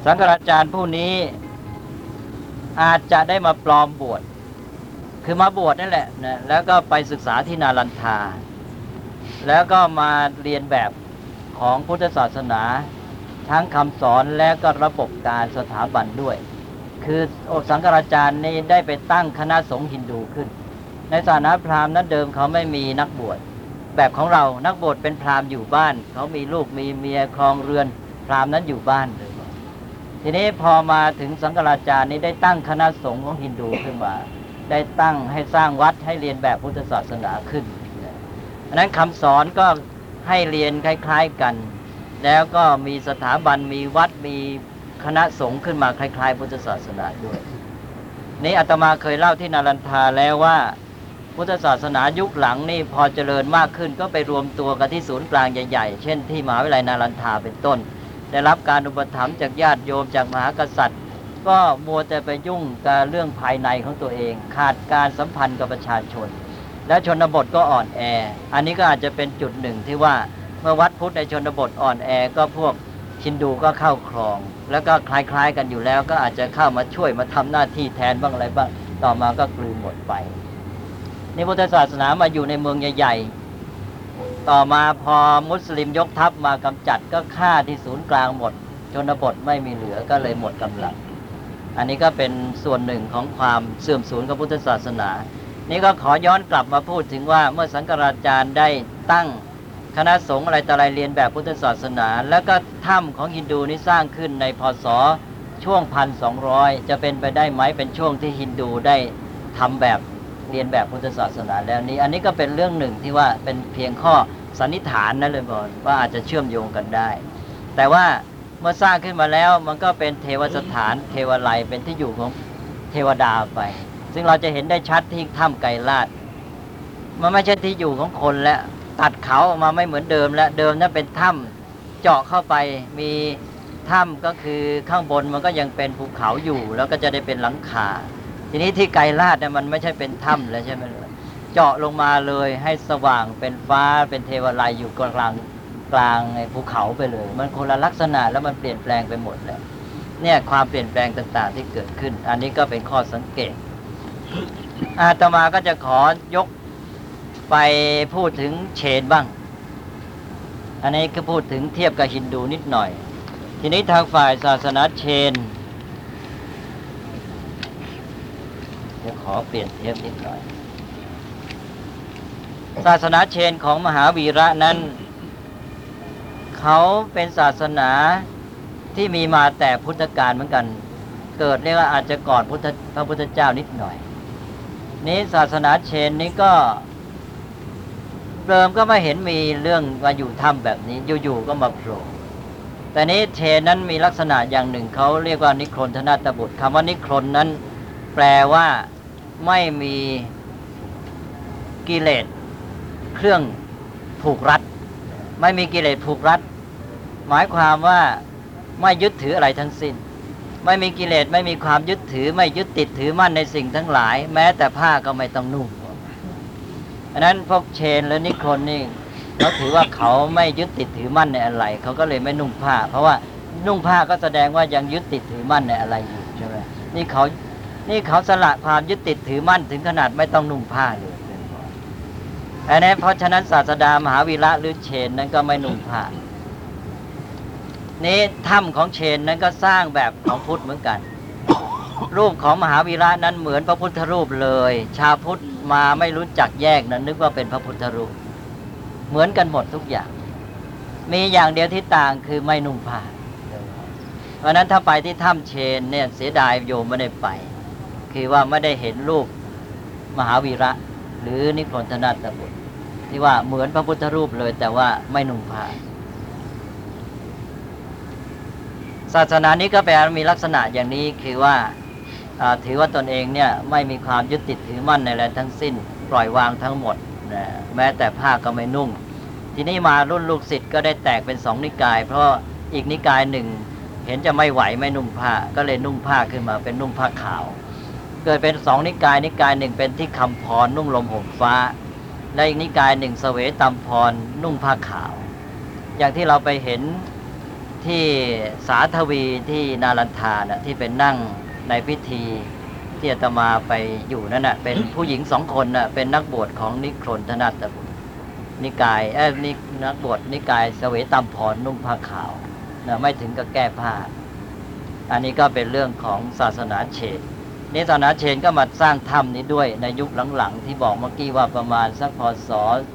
สังฆราจารย์ผู้นี้อาจจะได้มาปลอมบวชคือมาบวชนั่นแหละนะแล้วก็ไปศึกษาที่นาลันทาแล้วก็มาเรียนแบบของพุทธศาสนาทั้งคำสอนและก็ระบบการสถาบันด้วยคือสังฆราจารย์นี้ได้ไปตั้งคณะสงฆ์ฮินดูขึ้นในศาสนาพราหมณ์นั้นเดิมเขาไม่มีนักบวชแบบของเรานักบวชเป็นพราหมณ์อยู่บ้านเขามีลูกมีเมียครองเรือนพราหมณ์นั้นอยู่บ้านเลยทีนี้พอมาถึงสังฆราจารย์นี้ได้ตั้งคณะสงฆ์ของฮินดูขึ้นมาได้ตั้งให้สร้างวัดให้เรียนแบบพุทธศาสนาขึ้นอันนั้นคำสอนก็ให้เรียนคล้ายๆกันแล้วก็มีสถาบันมีวัดมีคณะสงฆ์ขึ้นมาคล้ายๆพุทธศาสนาด้วยนี้อาตมาเคยเล่าที่นารันทาแล้วว่าพุทธศาสนายุคหลังนี่พอเจริญมากขึ้นก็ไปรวมตัวกันที่ศูนย์กลางใหญ่ๆเช่นที่มหาวิทยาลัยนารันทาเป็นต้นได้รับการอุปถัมภ์จากญาติโยมจากมหากษัตริย์ก็มัวแต่ไปยุ่งกับเรื่องภายในของตัวเองขาดการสัมพันธ์กับประชาชนและชนบทก็อ่อนแออันนี้ก็อาจจะเป็นจุดหนึ่งที่ว่าเมื่อวัดพุทธในชนบทอ่อนแอก็พวกฮินดูก็เข้าครองแล้วก็คล้ายๆกันอยู่แล้วก็อาจจะเข้ามาช่วยมาทำหน้าที่แทนบ้างอะไรบ้างต่อมาก็กลืนหมดไปนี่พุทธศาสนามาอยู่ในเมืองใหญ่ๆต่อมาพอมุสลิมยกทัพมากำจัดก็ฆ่าที่ศูนย์กลางหมดชนบทไม่มีเหลือก็เลยหมดกำลังอันนี้ก็เป็นส่วนหนึ่งของความเสื่อมสูญของพุทธศาสนานี่ก็ขอย้อนกลับมาพูดถึงว่าเมื่อสังฆราจารย์ได้ตั้งคณะสงฆ์อะไรต่ออะไรเรียนแบบพุทธศาสนาแล้วก็ถ้ำของฮินดูนี่สร้างขึ้นในพ.ศ. ช่วง 1,200 จะเป็นไปได้ไหมเป็นช่วงที่ฮินดูได้ทำแบบเรียนแบบพุทธศาสนาแล้วนี้อันนี้ก็เป็นเรื่องหนึ่งที่ว่าเป็นเพียงข้อสันนิษฐานนั่นเลยบอกว่าอาจจะเชื่อมโยงกันได้แต่ว่าเมื่อสร้างขึ้นมาแล้วมันก็เป็นเทวสถานเทวไลยเป็นที่อยู่ของเทวดาไปซึ่งเราจะเห็นได้ชัดที่ถ้ำไกรลาดมันไม่ใช่ที่อยู่ของคนแล้วตัดเขาออกมาไม่เหมือนเดิมแล้วเดิมนั้นเป็นถ้ำเจาะเข้าไปมีถ้ำก็คือข้างบนมันก็ยังเป็นภูเขาอยู่แล้วก็จะได้เป็นหลังคาทีนี้ที่ไกรลาดเนี่ยมันไม่ใช่เป็นถ้ำแล้วใช่ไหมเลยเจาะลงมาเลยให้สว่างเป็นฟ้าเป็นเทวไลยอยู่กลางภูเขาไปเลยมันคนละลักษณะแล้วมันเปลี่ยนแปลงไปหมดแล้วเนี่ยความเปลี่ยนแปลงต่างๆที่เกิดขึ้นอันนี้ก็เป็นข้อสังเกตอาตมาก็จะขอยกไปพูดถึงเชนบ้างอันนี้ก็พูดถึงเทียบกับฮินดูนิดหน่อยทีนี้ทางฝ่ายศาสนาเชนจะขอเปลี่ยนเทียบนิดหน่อยศาสนาเชนของมหาวีระนั้นเขาเป็นศาสนาที่มีมาแต่พุทธกาลเหมือนกันเกิดเรียกว่าอาจจะก่อนพระพุทธเจ้านิดหน่อยนี้ศาสนาเชนนี้ก็เดิมก็ไม่เห็นมีเรื่องว่าอยู่ถ้ำแบบนี้อยู่ๆก็มาโผล่แต่นี้เชนนั้นมีลักษณะอย่างหนึ่งเขาเรียกว่านิครนธนาตบุตรคำว่านิครนนั้นแปลว่าไม่มีกิเลสเครื่องผูกรัดไม่มีกิเลสผูกรัดหมายความว่าไม่ยึดถืออะไรทั้งสิ้นไม่มีกิเลสไม่มีความยึดถือไม่ยึดติดถือมั่นในสิ่งทั้งหลายแม้แต่ผ้าก็ไม่ต้องนุ่งอันนั้นพวกเชนและนิครนนี่เขาถือว่าเขาไม่ยึดติดถือมั่นในอะไรเขาก็เลยไม่นุ่งผ้าเพราะว่านุ่งผ้าก็แสดงว่ายังยึดติดถือมั่นในอะไรอยู่ใช่ไหมนี่เขาสละความยึดติดถือมั่นถึงขนาดไม่ต้องนุ่งผ้าเลยอันนี้เพราะฉะนั้นศาสดามหาวีระหรือเชนนั้นก็ไม่นุ่งผ้านี้ถ้ำของเชนนั้นก็สร้างแบบของพุทธเหมือนกันรูปของมหาวีระนั้นเหมือนพระพุทธรูปเลยชาวพุทธมาไม่รู้จักแยกนั้นนึกว่าเป็นพระพุทธรูปเหมือนกันหมดทุกอย่างมีอย่างเดียวที่ต่างคือไม่นุ่งผ้าเพราะนั้นถ้าไปที่ถ้ำเชนเนี่ยเสียดายโยมไม่ได้ไปคือว่าไม่ได้เห็นรูปมหาวีระหรือนิครนธนาตบุตรที่ว่าเหมือนพระพุทธรูปเลยแต่ว่าไม่นุ่งผ้าศาสนานี้ก็แปลมีลักษณะอย่างนี้คือว่าถือว่าตนเองเนี่ยไม่มีความยึดติดถือมั่นในอะไรทั้งสิ้นปล่อยวางทั้งหมดนะแม้แต่ผ้าก็ไม่นุ่งทีนี้มารุ่นลูกศิษย์ก็ได้แตกเป็น2นิกายเพราะอีกนิกายหนึ่งเห็นจะไม่ไหวไม่นุ่งผ้าก็เลยนุ่งผ้าขึ้นมาเป็นนุ่งผ้าขาวเกิดเป็น2นิกายหนึ่งเป็นที่คำพรนุ่งลมห่มฟ้าและอีกนิกายหนึ่งเสวตัมพรนุ่งผ้าขาวอย่างที่เราไปเห็นที่สาทวีที่นารันทานะที่เป็นนั่งในพิธีที่อาตมาไปอยู่นั่นนะเป็นผู้หญิง2 คนนะเป็นนักบวชของนิครนธนาตบุตรนิกายนักบวชนิกายเสวตัมพรนุ่งผ้าขาวนะไม่ถึงกับแก้ผ้าอันนี้ก็เป็นเรื่องของศาสนาเชนศาสนาเชนก็มาสร้างถ้ำนี้ด้วยในยุคหลังๆที่บอกเมื่อกี้ว่าประมาณสักพศ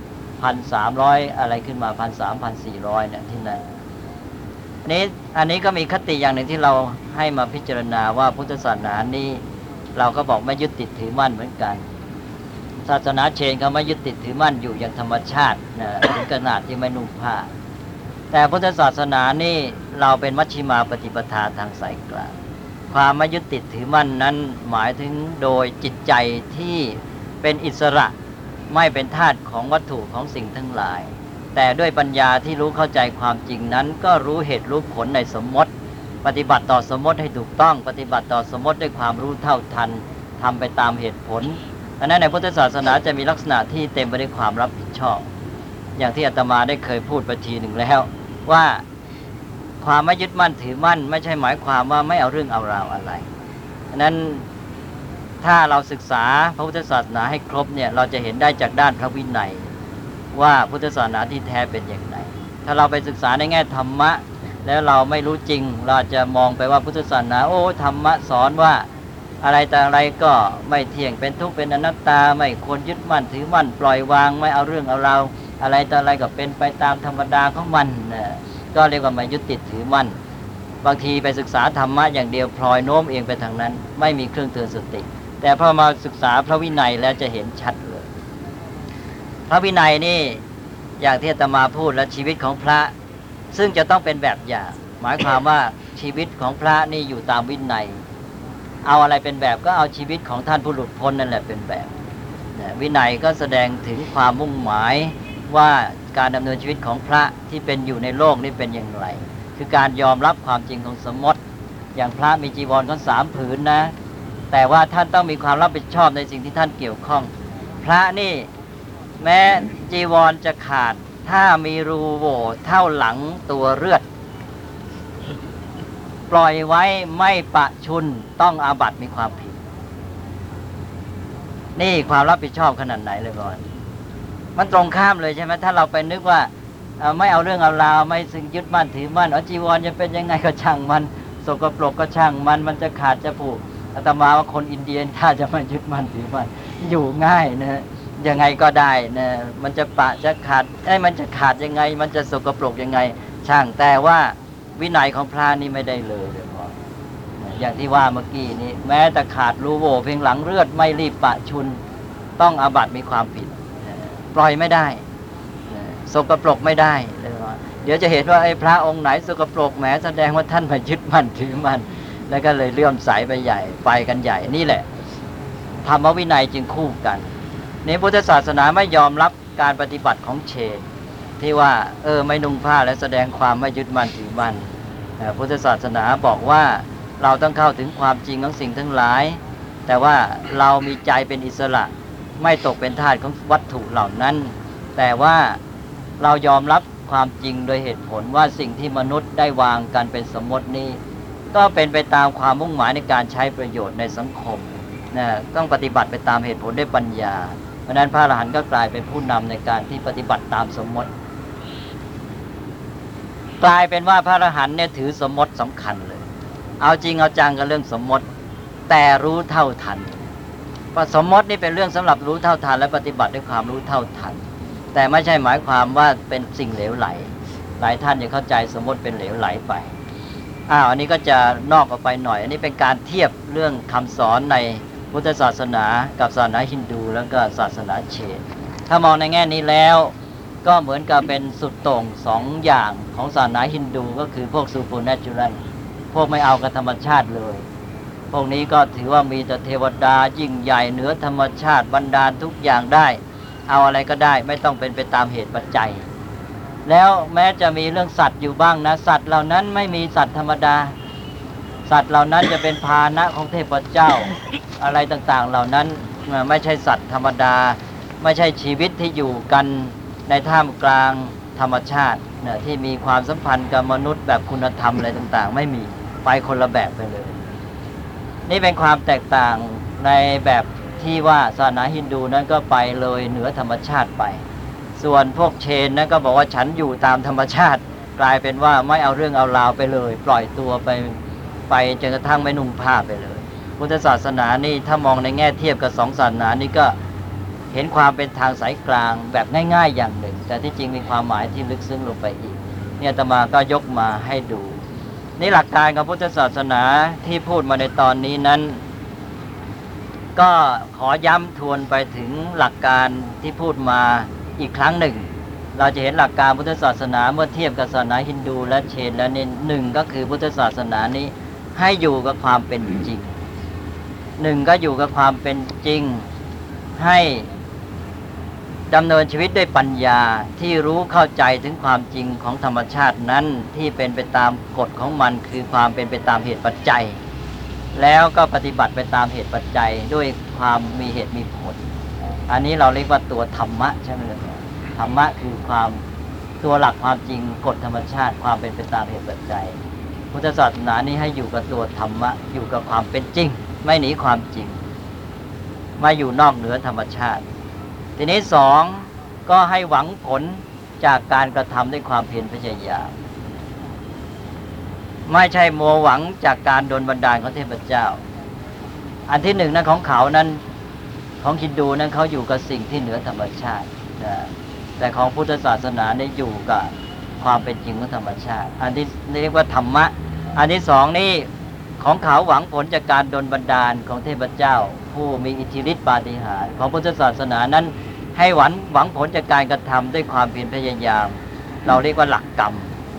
1,300อะไรขึ้นมา1,300-1,400เนี่ยที่นั่นอันนี้ก็มีคติอย่างหนึ่งที่เราให้มาพิจารณาว่าพุทธศาสนานี้เราก็บอกไม่ยึดติดถือมั่นเหมือนกันศาสนาเชนเขาไม่ยึดติดถือมั่นอยู่อย่างธรรมชาตินะถึงขนาดที่ไม่นุ่งผ้าแต่พุทธศาสนานี่เราเป็นมัชฌิมาปฏิปทาทางสายกลางความไม่ยึดติดถือมั่นนั้นหมายถึงโดยจิตใจที่เป็นอิสระไม่เป็นทาสของวัตถุของสิ่งทั้งหลายแต่ด้วยปัญญาที่รู้เข้าใจความจริงนั้นก็รู้เหตุรู้ผลในสมมติปฏิบัติต่อสมมติให้ถูกต้องปฏิบัติต่อสมมติด้วยความรู้เท่าทันทำไปตามเหตุผลดังนั้นในพุทธศาสนาจะมีลักษณะที่เต็มไปด้วยความรับผิดชอบอย่างที่อาตมาได้เคยพูดไปทีหนึ่งแล้วว่าความไม่ยึดมั่นถือมั่นไม่ใช่หมายความว่าไม่เอาเรื่องเอาราวอะไรดังนั้นถ้าเราศึกษาพระพุทธศาสนาให้ครบเนี่ยเราจะเห็นได้จากด้านพระวินัยว่าพุทธศาสนาที่แท้เป็นอย่างไรถ้าเราไปศึกษาในแง่ธรรมะแล้วเราไม่รู้จริงเราจะมองไปว่าพุทธศาสนาโอ้ธรรมะสอนว่าอะไรแต่อะไรก็ไม่เที่ยงเป็นทุกข์เป็นอนัตตาไม่ควรยึดมั่นถือมั่นปล่อยวางไม่เอาเรื่องเอาราวอะไรแต่อะไรก็เป็นไปตามธรรมดาของมันก็เรียกว่าไม่ยึดติดถือมั่นบางทีไปศึกษาธรรมะอย่างเดียวพลอยโน้มเองไปทางนั้นไม่มีเครื่องเตือนสติแต่พอมาศึกษาพระวินัยแล้วจะเห็นชัดเลยพระวินัยนี่อย่างที่อาตมาพูดและชีวิตของพระซึ่งจะต้องเป็นแบบอย่างหมายความว่าชีวิตของพระนี่อยู่ตามวินัยเอาอะไรเป็นแบบก็เอาชีวิตของท่านผู้หลุดพ้นนั่นแหละเป็นแบบวินัยก็แสดงถึงความมุ่งหมายว่าการดำเนินชีวิตของพระที่เป็นอยู่ในโลกนี้เป็นอย่างไรคือการยอมรับความจริงของสมมติอย่างพระมีจีวรก็3 ผืนนะแต่ว่าท่านต้องมีความรับผิดชอบในสิ่งที่ท่านเกี่ยวข้องพระนี่แม้จีวรจะขาดถ้ามีรูโหว่เท่าหลังตัวเลือดปล่อยไว้ไม่ปะชุนต้องอาบัติมีความผิดนี่ความรับผิดชอบขนาดไหนเลยก่อนมันตรงข้ามเลยใช่ไหมถ้าเราไปนึกว่าไม่เอาเรื่องเอาราวไม่ซึ่งยึดมั่นถือมั่นจีวรจะเป็นยังไงก็ช่างมันสกปรกก็ช่างมันจะขาดจะผุอาตมาว่าคนอินเดียถ้าจะมายึดมั่นถือมั่นอยู่ง่ายนะยังไงก็ได้นะมันจะปะจะขาดมันจะขาดยังไงมันจะสกปรกยังไงช่างแต่ว่าวินัยของพระนี่ไม่ได้เลยอย่างที่ว่าเมื่อกี้นี้แม้แต่ขาดรูโหว่เพียงหลังเลือดไม่รีบปะชุนต้องอาบัติมีความผิดปล่อยไม่ได้สกปรกไม่ได้เลยว่าเดี๋ยวจะเห็นว่าไอ้พระองค์ไหนสกปรกแหมแสดงว่าท่านมายึดมั่นถือมั่นแล้วก็เลยเลื่อมใสไปใหญ่ไปกันใหญ่นี่แหละธรรมวินัยจึงคู่กันในพุทธศาสนาไม่ยอมรับการปฏิบัติของเชนที่ว่าไม่นุ่งผ้าและแสดงความไม่ยึดมั่นถือมั่นพุทธศาสนาบอกว่าเราต้องเข้าถึงความจริงของสิ่งทั้งหลายแต่ว่าเรามีใจเป็นอิสระไม่ตกเป็นทาสของวัตถุเหล่านั้นแต่ว่าเรายอมรับความจริงโดยเหตุผลว่าสิ่งที่มนุษย์ได้วางกันเป็นสมมตินี้ก็เป็นไปตามความมุ่งหมายในการใช้ประโยชน์ในสังคมต้องปฏิบัติไปตามเหตุผลด้วยปัญญาเพราะนั้นพระอรหันต์ก็กลายเป็นผู้นำในการที่ปฏิบัติตามสมมติกลายเป็นว่าพระอรหันต์เนี่ยถือสมมติสำคัญเลยเอาจริงเอาจังกับเรื่องสมมติแต่รู้เท่าทันว่าสมมตินี่เป็นเรื่องสำหรับรู้เท่าทันและปฏิบัติด้วยความรู้เท่าทันแต่ไม่ใช่หมายความว่าเป็นสิ่งเหลวไหลหลายท่านจะเข้าใจสมมติเป็นเหลวไหลไปอันนี้ก็จะนอกออกไปหน่อยอันนี้เป็นการเทียบเรื่องคำสอนในพุทธศาสนากับศาสนาฮินดูแล้วก็ศาสนาเชนถ้ามองในแง่นี้แล้วก็เหมือนกับเป็นสุดโต่ง2 อย่างของศาสนาฮินดูก็คือพวกซูเปอร์เนเชอรัลพวกไม่เอากับธรรมชาติเลยพวกนี้ก็ถือว่ามีแต่เทวดายิ่งใหญ่เหนือธรรมชาติบันดาลทุกอย่างได้เอาอะไรก็ได้ไม่ต้องเป็นไปตามเหตุปัจจัยแล้วแม้จะมีเรื่องสัตว์อยู่บ้างนะสัตว์เหล่านั้นไม่มีสัตว์ธรรมดาสัตว์เหล่านั้นจะเป็นพาหนะของเทพเจ้า อะไรต่างๆเหล่านั้นไม่ใช่สัตว์ธรรมดาไม่ใช่ชีวิตที่อยู่กันในท่ามกลางธรรมชาตินะที่มีความสัมพันธ์กับมนุษย์แบบคุณธรรมอะไรต่างๆไม่มีไปคนละแบบไปเลยนี่เป็นความแตกต่างในแบบที่ว่าศาสนาฮินดูนั้นก็ไปเลยเหนือธรรมชาติไปส่วนพวกเชนนั้นก็บอกว่าฉันอยู่ตามธรรมชาติกลายเป็นว่าไม่เอาเรื่องเอาราวไปเลยปล่อยตัวไปจนกระทั่งไม่นุ่งผ้าไปเลยพุทธศาสนานี่ถ้ามองในแง่เทียบกับสองศาสนานี่ก็เห็นความเป็นทางสายกลางแบบง่ายๆอย่างหนึ่งแต่ที่จริงมีความหมายที่ลึกซึ้งลงไปอีกเนี่ยอาตมาก็ยกมาให้ดูนี่หลักการของพุทธศาสนาที่พูดมาในตอนนี้นั้นก็ขอย้ำทวนไปถึงหลักการที่พูดมาอีกครั้งหนึ่งเราจะเห็นหลักการพุทธศาสนาเมื่อเทียบกับศาสนาฮินดูและเชนแล้วนี่หนึ่งก็คือพุทธศาสนานี้ให้อยู่กับความเป็นจริงหนึ่งก็อยู่กับความเป็นจริงให้ดำเนินชีวิตด้วยปัญญาที่รู้เข้าใจถึงความจริงของธรรมชาตินั้นที่เป็นไปตามกฎของมันคือความเป็นไปตามเหตุปัจจัยแล้วก็ปฏิบัติไปตามเหตุปัจจัยด้วยความมีเหตุมีผลอันนี้เราเรียกว่าตัวธรรมะใช่ไหมล่ะธรรมะคือความตัวหลักความจริงกฎธรรมชาติความเป็นไปตามเหตุปัจจัยพุทธศาสนานี้ให้อยู่กับตัวธรรมะอยู่กับความเป็นจริงไม่หนีความจริงไม่อยู่นอกเหนือธรรมชาติทีนี้สองก็ให้หวังผลจากการกระทำด้วยความเพียรพยายามไม่ใช่มัวหวังจากการโดนบันดาลของเทพเจ้าอันที่หนึ่งนั้นของเขานั้นของฮินดูนั้นเขาอยู่กับสิ่งที่เหนือธรรมชาตินะแต่ของพุทธศาสนาได้อยู่กับความเป็นจริงของธรรมชาติอันที่เรียกว่าธรรมะอันที่สองนี่ของเขาหวังผลจากการโดนบันดาลของเทพเจ้าผู้มีอิทธิฤทธิปาฏิหาริย์ของพุทธศาสนานั้นให้หวังผลจากการกระทำด้วยความเพียรพยายามเราเรียกว่าหลักกรรม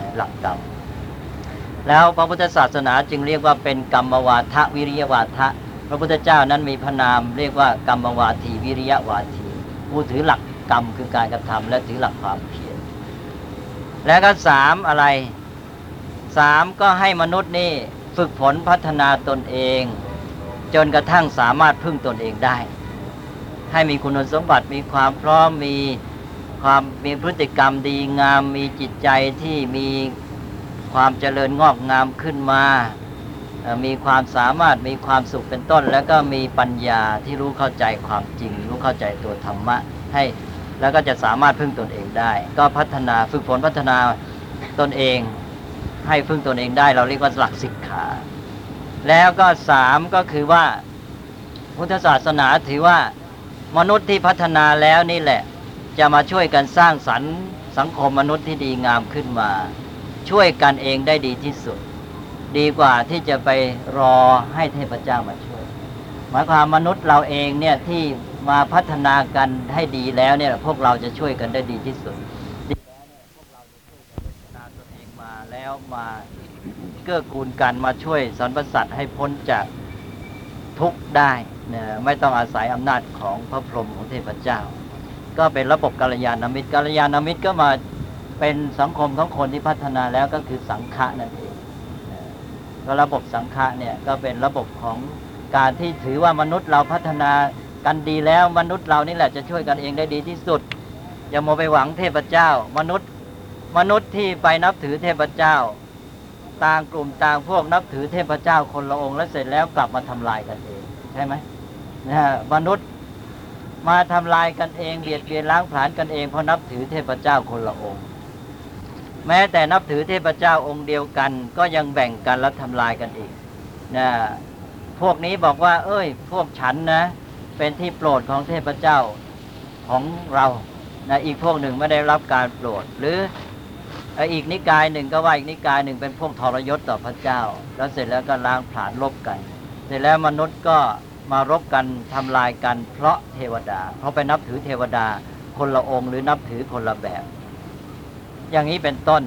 แล้วพระพุทธศาสนาจึงเรียกว่าเป็นกรรมวาทะวิริยวาทะพระพุทธเจ้านั้นมีพระนามเรียกว่ากรรมวาทีวิริยวาทีผู้ถือหลักกรรมคือการกระทำและถือหลักความเพียรแล้วก็สามอะไรสามก็ให้มนุษย์นี่ฝึกฝนพัฒนาตนเองจนกระทั่งสามารถพึ่งตนเองได้ให้มีคุณสมบัติมีความพร้อมมีพฤติกรรมดีงามมีจิตใจที่มีความเจริญงอกงามขึ้นมามีความสามารถมีความสุขเป็นต้นแล้วก็มีปัญญาที่รู้เข้าใจความจริงรู้เข้าใจตัวธรรมะให้แล้วก็จะสามารถพึ่งตนเองได้ก็พัฒนาฝึกฝนพัฒนาตนเองให้พึ่งตนเองได้เราเรียกว่าหลักสิกขาแล้วก็สามก็คือว่าพุทธศาสนาถือว่ามนุษย์ที่พัฒนาแล้วนี่แหละจะมาช่วยกันสร้างสรรค์สังคมมนุษย์ที่ดีงามขึ้นมาช่วยกันเองได้ดีที่สุดดีกว่าที่จะไปรอให้เทพเจ้ามาช่วยหมายความมนุษย์เราเองเนี่ยที่มาพัฒนากันให้ดีแล้วเนี่ยพวกเราจะช่วยกันได้ดีที่สุดดีแล้วเนี่ยพวกเราจะช่วยกันพัฒนาตัวเองมาแล้วมาเกื้อกูลกันมาช่วยสรรพสัตว์ให้พ้นจากทุกข์ได้นะไม่ต้องอาศัยอำนาจของพระพรหมของเทพเจ้าก็เป็นระบบกัลยาณมิตรกัลยาณมิตรก็มาเป็นสังคมของคนที่พัฒนาแล้วก็คือสังฆะนั่นเองก็ระบบสังฆะเนี่ยก็เป็นระบบของการที่ถือว่ามนุษย์เราพัฒนากันดีแล้วมนุษย์เรานี่แหละจะช่วยกันเองได้ดีที่สุดอย่ามัวไปหวังเทพเจ้ามนุษย์ที่ไปนับถือเทพเจ้าต่างกลุ่มต่างพวกนับถือเทพเจ้าคนละองค์แล้วเสร็จแล้วกลับมาทำลายกันเองใช่ไหมมนุษย์มาทำลายกันเองเบียดเบียนล้างผลาญกันเองเพราะนับถือเทพเจ้าคนละองค์แม้แต่นับถือเทพเจ้าองค์เดียวกันก็ยังแบ่งกันและทำลายกันอีกนะพวกนี้บอกว่าพวกฉันนะเป็นที่โปรดของเทพเจ้าของเรานะอีกพวกหนึ่งไม่ได้รับการโปรดหรืออีกนิกายหนึ่งก็ว่าอีกนิกายหนึ่งเป็นพวกทรยศต่อพระเจ้าแล้วเสร็จแล้วก็ล้างผลาญลบกันเสร็จแล้วมนุษย์ก็มารบกันทำลายกันเพราะเทวดาเพราะไปนับถือเทวดาคนละองค์หรือนับถือคนละแบบอย่างนี้เป็นต้น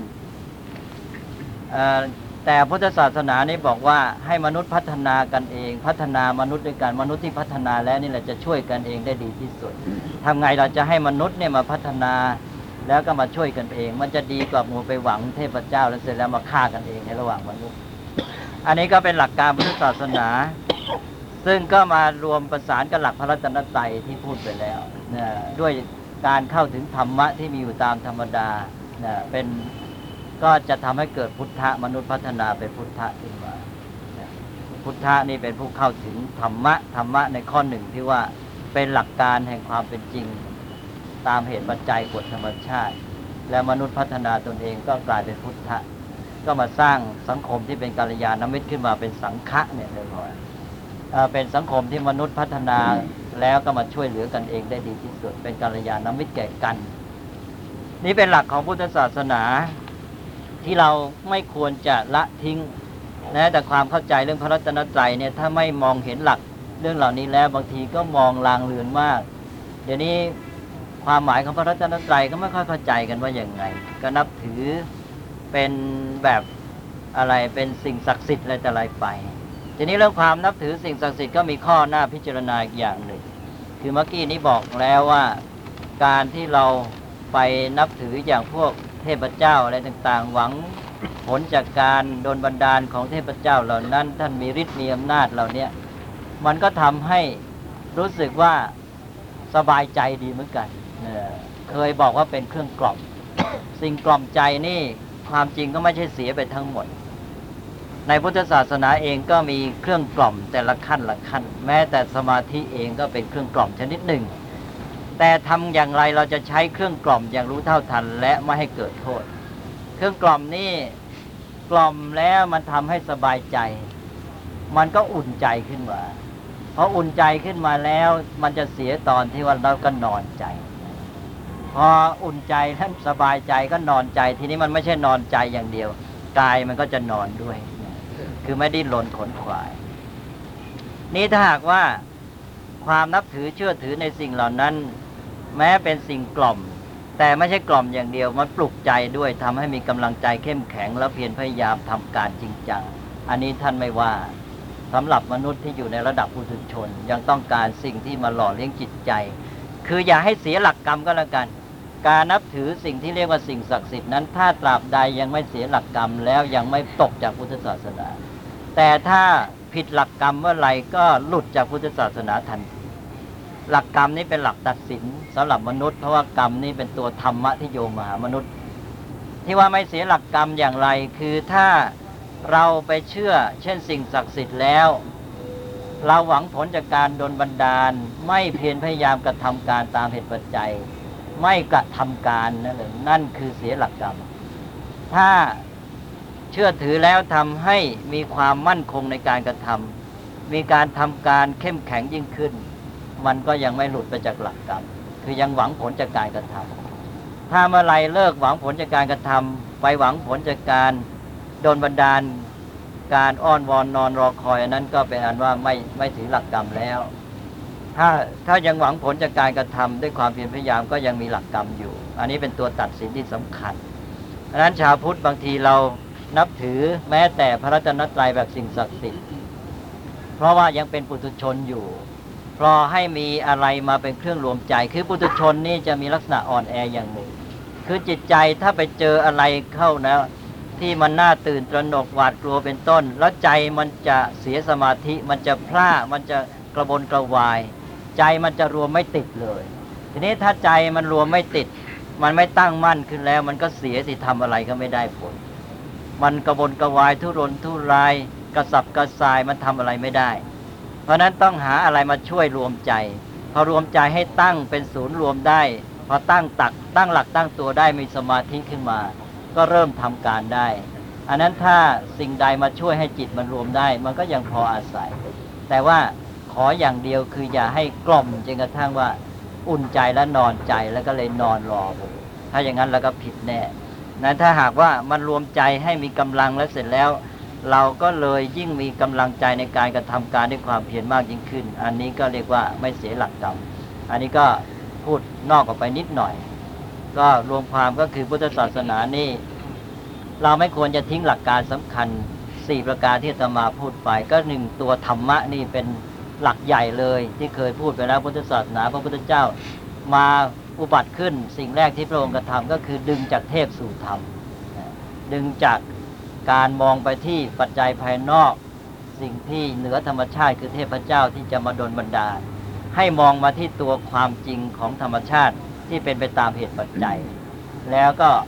แต่พุทธศาสนานี่บอกว่าให้มนุษย์พัฒนากันเองพัฒนามนุษย์ด้วยกันมนุษย์ที่พัฒนาแล้วนี่แหละจะช่วยกันเองได้ดีที่สุดทำไงเราจะให้มนุษย์เนี่ยมาพัฒนาแล้วก็มาช่วยกันเองมันจะดีกว่ามัวไปหวังเทพเจ้าแล้วเสร็จแล้วมาฆ่ากันเองในระหว่างมนุษย์อันนี้ก็เป็นหลักการพุทธศาสนาซึ่งก็มารวมประสานกับหลักพระรัตนตรัยที่พูดไปแล้วด้วยการเข้าถึงธรรมะที่มีอยู่ตามธรรมดานะเป็นก็จะทำให้เกิดพุทธะมนุษย์พัฒนาเป็นพุทธะขึ้นมานะพุทธะนี่เป็นผู้เข้าถึงธรรมะในข้อหนึ่งที่ว่าเป็นหลักการแห่งความเป็นจริงตามเหตุปัจจัยกฎธรรมชาติและมนุษย์พัฒนาตนเองก็กลายเป็นพุทธะก็มาสร้างสังคมที่เป็นกัลยาณมิตรขึ้นมาเป็นสังฆะเนี่ยเลยว่าเป็นสังคมที่มนุษย์พัฒนาแล้วก็มาช่วยเหลือกันเองได้ดีที่สุดเป็นกัลยาณมิตรแก่กันนี่เป็นหลักของพุทธศาสนาที่เราไม่ควรจะละทิ้งนะแต่ความเข้าใจเรื่องพระรัตนตรัยเนี่ยถ้าไม่มองเห็นหลักเรื่องเหล่านี้แล้วบางทีก็มองลางเลือนมากเดี๋ยวนี้ความหมายของพระรัตนตรัยก็ไม่ค่อยเข้าใจกันว่าอย่างไงก็นับถือเป็นแบบอะไรเป็นสิ่งศักดิ์สิทธิ์อะไรแต่อะไรไปทีนี้เรื่องความนับถือสิ่งศักดิ์สิทธิ์ก็มีข้อหน้าพิจารณาอีกอย่างหนึ่งคือเมื่อกี้นี้บอกแล้วว่าการที่เราไปนับถืออย่างพวกเทพเจ้าอะไรต่างๆหวังผลจากการโดนบันดาลของเทพเจ้าเหล่านั้นท่านมีฤทธิ์มีอำนาจเหล่านี้มันก็ทำให้รู้สึกว่าสบายใจดีเหมือนกันเคยบอกว่าเป็นเครื่องกล่อม สิ่งกล่อมใจนี่ความจริงก็ไม่ใช่เสียไปทั้งหมดในพุทธศาสนาเองก็มีเครื่องกล่อมแต่ละขั้นละขั้นแม้แต่สมาธิเองก็เป็นเครื่องกล่อมชนิดหนึ่งแต่ทำอย่างไรเราจะใช้เครื่องกล่อมอย่างรู้เท่าทันและไม่ให้เกิดโทษเครื่องกล่อมนี่กล่อมแล้วมันทำให้สบายใจมันก็อุ่นใจขึ้นมาพออุ่นใจขึ้นมาแล้วมันจะเสียตอนที่ว่าเราก็นอนใจพออุ่นใจท่านสบายใจก็นอนใจทีนี้มันไม่ใช่นอนใจอย่างเดียวกายมันก็จะนอนด้วยคือไม่ดิ้นรนขนขวายนี่ถ้าหากว่าความนับถือเชื่อถือในสิ่งเหล่านั้นแม้เป็นสิ่งกล่อมแต่ไม่ใช่กล่อมอย่างเดียวมันปลุกใจด้วยทำให้มีกำลังใจเข้มแข็งแล้วเพียรพยายามทำการจริงจังอันนี้ท่านไม่ว่าสำหรับมนุษย์ที่อยู่ในระดับปุถุชนยังต้องการสิ่งที่มาหล่อเลี้ยงจิตใจคืออย่าให้เสียหลักกรรมก็แล้วกันการนับถือสิ่งที่เรียกว่าสิ่งศักดิ์สิทธิ์นั้นถ้าตราบใดยังไม่เสียหลักกรรมแล้วยังไม่ตกจากพุทธศาสนาแต่ถ้าผิดหลักกรรมเมื่อไหร่ก็หลุดจากพุทธศาสนาทันทีหลักกรรมนี้เป็นหลักตัดสินสำหรับมนุษย์เพราะว่ากรรมนี้เป็นตัวธรรมะที่โยงมาหามนุษย์ที่ว่าไม่เสียหลักกรรมอย่างไรคือถ้าเราไปเชื่อเช่นสิ่งศักดิ์สิทธิ์แล้วเราหวังผลจากการดลบันดาลไม่เพียรพยายามกระทำการตามเหตุปัจจัยไม่กระทำการนั่นคือเสียหลักกรรมถ้าเชื่อถือแล้วทำให้มีความมั่นคงในการกระทำมีการทำการเข้มแข็งยิ่งขึ้นมันก็ยังไม่หลุดไปจากหลักกรรมคือยังหวังผลจากการกระทำถ้าเมื่อไรเลิกหวังผลจากการกระทำไปหวังผลจากการโดนบันดาลการอ้อนวอนนอนรอคอยอันนั้นก็เป็นอันว่าไม่ถือหลักกรรมแล้วถ้ายังหวังผลจากการกระทำด้วยความเพียรพยายามก็ยังมีหลักกรรมอยู่อันนี้เป็นตัวตัดสินที่สำคัญดังนั้นชาวพุทธบางทีเรานับถือแม้แต่พระรัตนตรัยแบบสิ่งศักดิ์สิทธิ์เพราะว่ายังเป็นปุถุชนอยู่เพราะให้มีอะไรมาเป็นเครื่องรวมใจคือปุถุชนนี่จะมีลักษณะอ่อนแออย่างหนึ่งคือจิตใจถ้าไปเจออะไรเข้านะที่มันน่าตื่นตระหนกหวาดกลัวเป็นต้นแล้วใจมันจะเสียสมาธิมันจะพร่ามันจะกระวนกระวายใจมันจะรวมไม่ติดเลยทีนี้ถ้าใจมันรวมไม่ติดมันไม่ตั้งมั่นขึ้นแล้วมันก็เสียสิทำอะไรก็ไม่ได้ผลมันกระวนกระวายทุรนทุรายกระสับกระส่ายมันทำอะไรไม่ได้เพราะนั้นต้องหาอะไรมาช่วยรวมใจพอรวมใจให้ตั้งเป็นศูนย์รวมได้พอตั้งหลักตั้งตัวได้มีสมาธิขึ้นมาก็เริ่มทำการได้อันนั้นถ้าสิ่งใดมาช่วยให้จิตมันรวมได้มันก็ยังพออาศัยแต่ว่าขออย่างเดียวคืออย่าให้กล่อมจนกระทั่งว่าอุ่นใจและนอนใจแล้วก็เลยนอนรอถ้าอย่างนั้นแล้วก็ผิดแน่นั้นถ้าหากว่ามันรวมใจให้มีกำลังแล้วเสร็จแล้วเราก็เลยยิ่งมีกำลังใจในการกระทำการด้วยความเพียรมากยิ่งขึ้นอันนี้ก็เรียกว่าไม่เสียหลักกรรมอันนี้ก็พูดนอกออกไปนิดหน่อยก็รวมความก็คือพุทธศาสนานี่เราไม่ควรจะทิ้งหลักการสำคัญ4ประการที่อาตมาพูดไปก็1ตัวธรรมะนี่เป็นหลักใหญ่เลยที่เคยพูดไปแล้วพุทธศาสนาพระพุทธเจ้ามาอุบัติขึ้นสิ่งแรกที่พระองค์กระทำก็คือดึงจากเทพสู่ธรรมดึงจากการมองไปที่ปัจจัยภายนอกสิ่งที่เหนือธรรมชาติคือเทพเจ้าที่จะมาดลบันดาลให้มองมาที่ตัวความจริงของธรรมชาติที่เป็นไปตามเหตุปัจจัยแล้วก็ท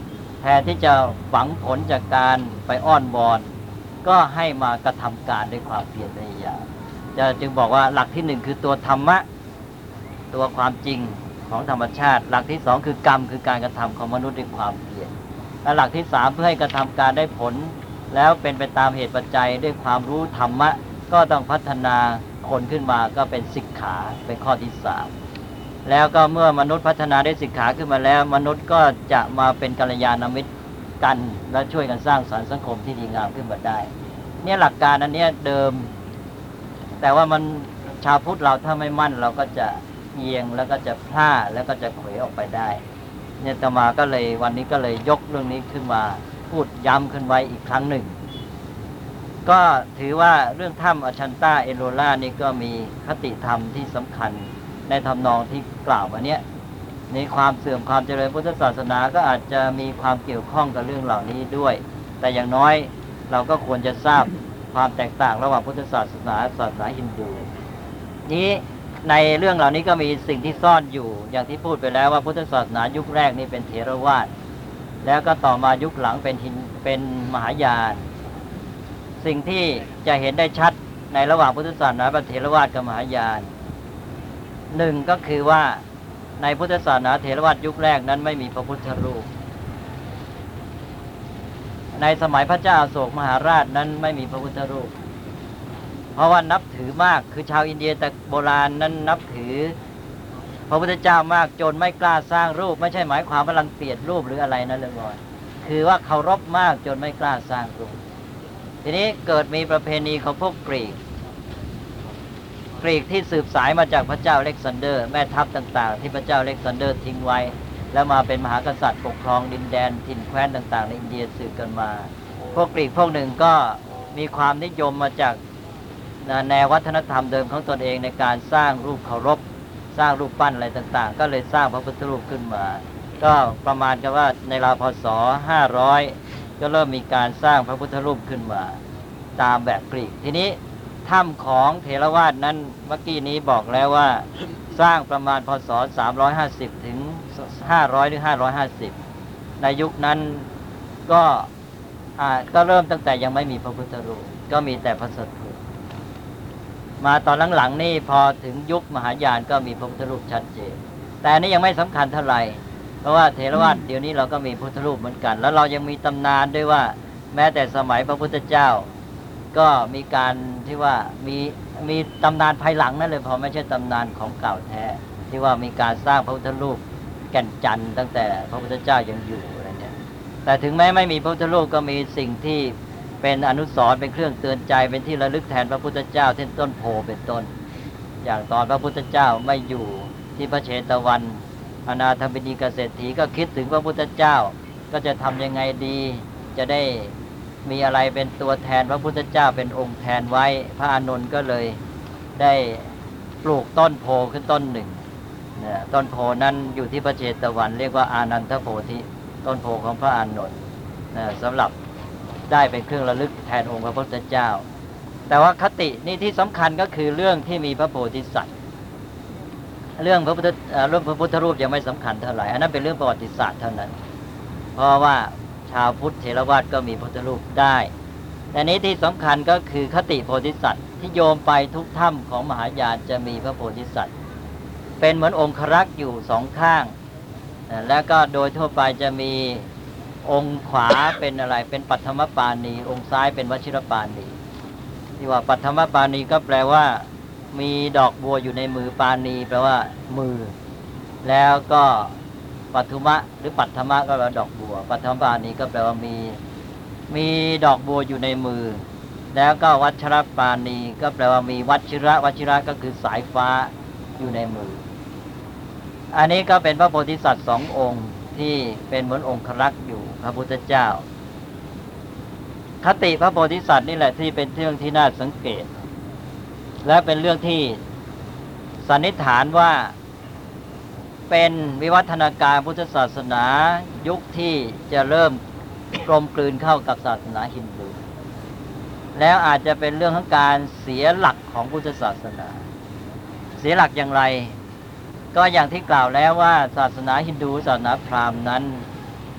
ทนที่จะหวังผลจากการไปอ้อนวอนก็ให้มากระทำการด้วยความเพียรพยายามจึงบอกว่าหลักที่หนึ่งคือตัวธรรมะตัวความจริงของธรรมชาติหลักที่สองคือกรรมคือการกระทำของมนุษย์ด้วยความเพียรและหลักที่สามเพื่อให้กระทำการได้ผลแล้วเป็นไปตามเหตุปัจจัยด้วยความรู้ธรรมะก็ต้องพัฒนาคนขึ้นมาก็เป็นสิกขาเป็นข้อที่สามแล้วก็เมื่อมนุษย์พัฒนาได้สิกขาขึ้นมาแล้วมนุษย์ก็จะมาเป็นกัลยาณมิตรกันและช่วยกันสร้างสรรค์สังคมที่ดีงามขึ้นมาได้เนี่ยหลักการอันนี้เดิมแต่ว่ามันชาวพุทธเราถ้าไม่มั่นเราก็จะเอียงแล้วก็จะพลาดแล้วก็จะเขวออกไปได้เนี่ยอาตมาก็เลยวันนี้ก็เลยยกเรื่องนี้ขึ้นมาพูดย้ำขึ้นไว้อีกครั้งหนึ่งก็ถือว่าเรื่องถ้ำอชันตาเอโรล่านี่ก็มีคติธรรมที่สำคัญในทำนองที่กล่าวมาเนี้ยในความเสื่อมความเจริญพุทธศาสนาก็อาจจะมีความเกี่ยวข้องกับเรื่องเหล่านี้ด้วยแต่อย่างน้อยเราก็ควรจะทราบความแตกต่างระหว่างพุทธศาสนาศาสนาฮินดูนี้ในเรื่องเหล่านี้ก็มีสิ่งที่ซ่อนอยู่อย่างที่พูดไปแล้วว่าพุทธศาสนายุคแรกนี่เป็นเถรวาทแล้วก็ต่อมายุคหลังเป็นมหายานสิ่งที่จะเห็นได้ชัดในระหว่างพุทธศาสนาเถรวาทกับมหายานหนึ่งก็คือว่าในพุทธศาสนาเถรวาทยุคแรกนั้นไม่มีพระพุทธรูปในสมัยพระเจ้าอโศกมหาราชนั้นไม่มีพระพุทธรูปเพราะว่านับถือมากคือชาวอินเดียแต่โบราณนั้นนับถือพระพุทธเจ้ามากจนไม่กล้าสร้างรูปไม่ใช่หมายความว่ารังเกียจรูปหรืออะไรนะเรื่องน้อยคือว่าเคารพมากจนไม่กล้าสร้างรูปทีนี้เกิดมีประเพณีของพวกกรีกที่สืบสายมาจากพระเจ้าอเล็กซานเดอร์แม่ทัพต่างๆที่พระเจ้าอเล็กซานเดอร์ทิ้งไว้แล้วมาเป็นมหากษัตริย์ปกครองดินแดนถิ่นแคว้นต่างๆในอินเดียสืบกันมาพวกกรีกพวกหนึ่งก็มีความนิยมมาจากแนววัฒนธรรมเดิมของตนเองในการสร้างรูปเคารพสร้างรูปปั้นอะไรต่างๆก็เลยสร้างพระพุทธรูปขึ้นมาก็ประมาณกันว่าในราวพ.ศ. 500ก็เริ่มมีการสร้างพระพุทธรูปขึ้นมาตามแบบกรีกทีนี้ถ้ำของเถรวาทนั้นเมื่อกี้นี้บอกแล้วว่าสร้างประมาณพ.ศ. 350ถึง500หรือ550ในยุคนั้นก็เริ่มตั้งแต่ยังไม่มีพระพุทธรูปก็มีแต่พระสถูปมาตอนหลังๆนี่พอถึงยุคมหายานก็มีพระพุทธรูปชัดเจนแต่อันนี้ยังไม่สำคัญเท่าไหร่เพราะว่าเถรวาทเดี๋ยวนี้เราก็มีพุทธรูปเหมือนกันแล้วเรายังมีตำนานด้วยว่าแม้แต่สมัยพระพุทธเจ้าก็มีการที่ว่ามีตำนานภายหลังนั่นเลยพอไม่ใช่ตำนานของเก่าแท้ที่ว่ามีการสร้างพระพุทธรูปแก่นจันทร์ตั้งแต่พระพุทธเจ้ายังอยู่อะไรเนี่ยแต่ถึงแม้ไม่มีพระพุทธรูปก็มีสิ่งที่เป็นอนุสรณ์เป็นเครื่องเตือนใจเป็นที่ระลึกแทนพระพุทธเจ้าเช่นต้นโพเป็นต้นอย่างตอนพระพุทธเจ้าไม่อยู่ที่พระเชตวันอนาถบิณฑิกเศรษฐีก็คิดถึงพระพุทธเจ้าก็จะทำยังไงดีจะได้มีอะไรเป็นตัวแทนพระพุทธเจ้าเป็นองค์แทนไว้พระอานนท์ก็เลยได้ปลูกต้นโพขึ้นต้นหนึ่งต้นโพนั้นอยู่ที่พระเชตวันเรียกว่าอานันทโพธิต้นโพของพระอานนท์สำหรับได้เป็นเครื่องระลึกแทนองค์พระพุทธเจ้าแต่ว่าคตินี่ที่สำคัญก็คือเรื่องที่มีพระโพธิสัตว์เรื่องพระพุทธรูปยังไม่สำคัญเท่าไหร่อันนั้นเป็นเรื่องประวัติศาสตร์เท่านั้นเพราะว่าชาวพุทธเถรวาทก็มีพระพุทธรูปได้แต่นี้ที่สำคัญก็คือคติโพธิสัตว์ที่โยมไปทุกถ้ำของมหายานจะมีพระโพธิสัตว์เป็นเหมือนองครักษ์อยู่สองข้างแล้วก็โดยทั่วไปจะมีองค์ขวาเป็นอะไรเป็นปัทมปาณีองค์ซ้ายเป็นวชิรปาณีที่ว่าปัทมปาณีก็แปลว่ามีดอกบัวอยู่ในมือปาณีแปลว่ามือแล้วก็ปัทุมะหรือปัทมะก็แปลว่าดอกบัวปัทมปาณีก็แปลว่ามีดอกบัวอยู่ในมือแล้วก็วัชรปาณีก็แปลว่ามีวชิระก็คือสายฟ้าอยู่ในมืออันนี้ก็เป็นพระโพธิสัตว์สององค์ที่เป็นเหมือนองค์ครักษ์อยู่พระพุทธเจ้าคติพระโพธิสัตว์นี่แหละที่เป็นเรื่องที่น่าสังเกตและเป็นเรื่องที่สันนิษฐานว่าเป็นวิวัฒนาการพุทธศาสนายุคที่จะเริ่มกลมกลืนเข้ากับศาสนาฮินดูแล้วอาจจะเป็นเรื่องของการเสียหลักของพุทธศาสนาเสียหลักอย่างไรก็อย่างที่กล่าวแล้วว่าศาสนาฮินดูศาสนาพราหมณ์นั้นถ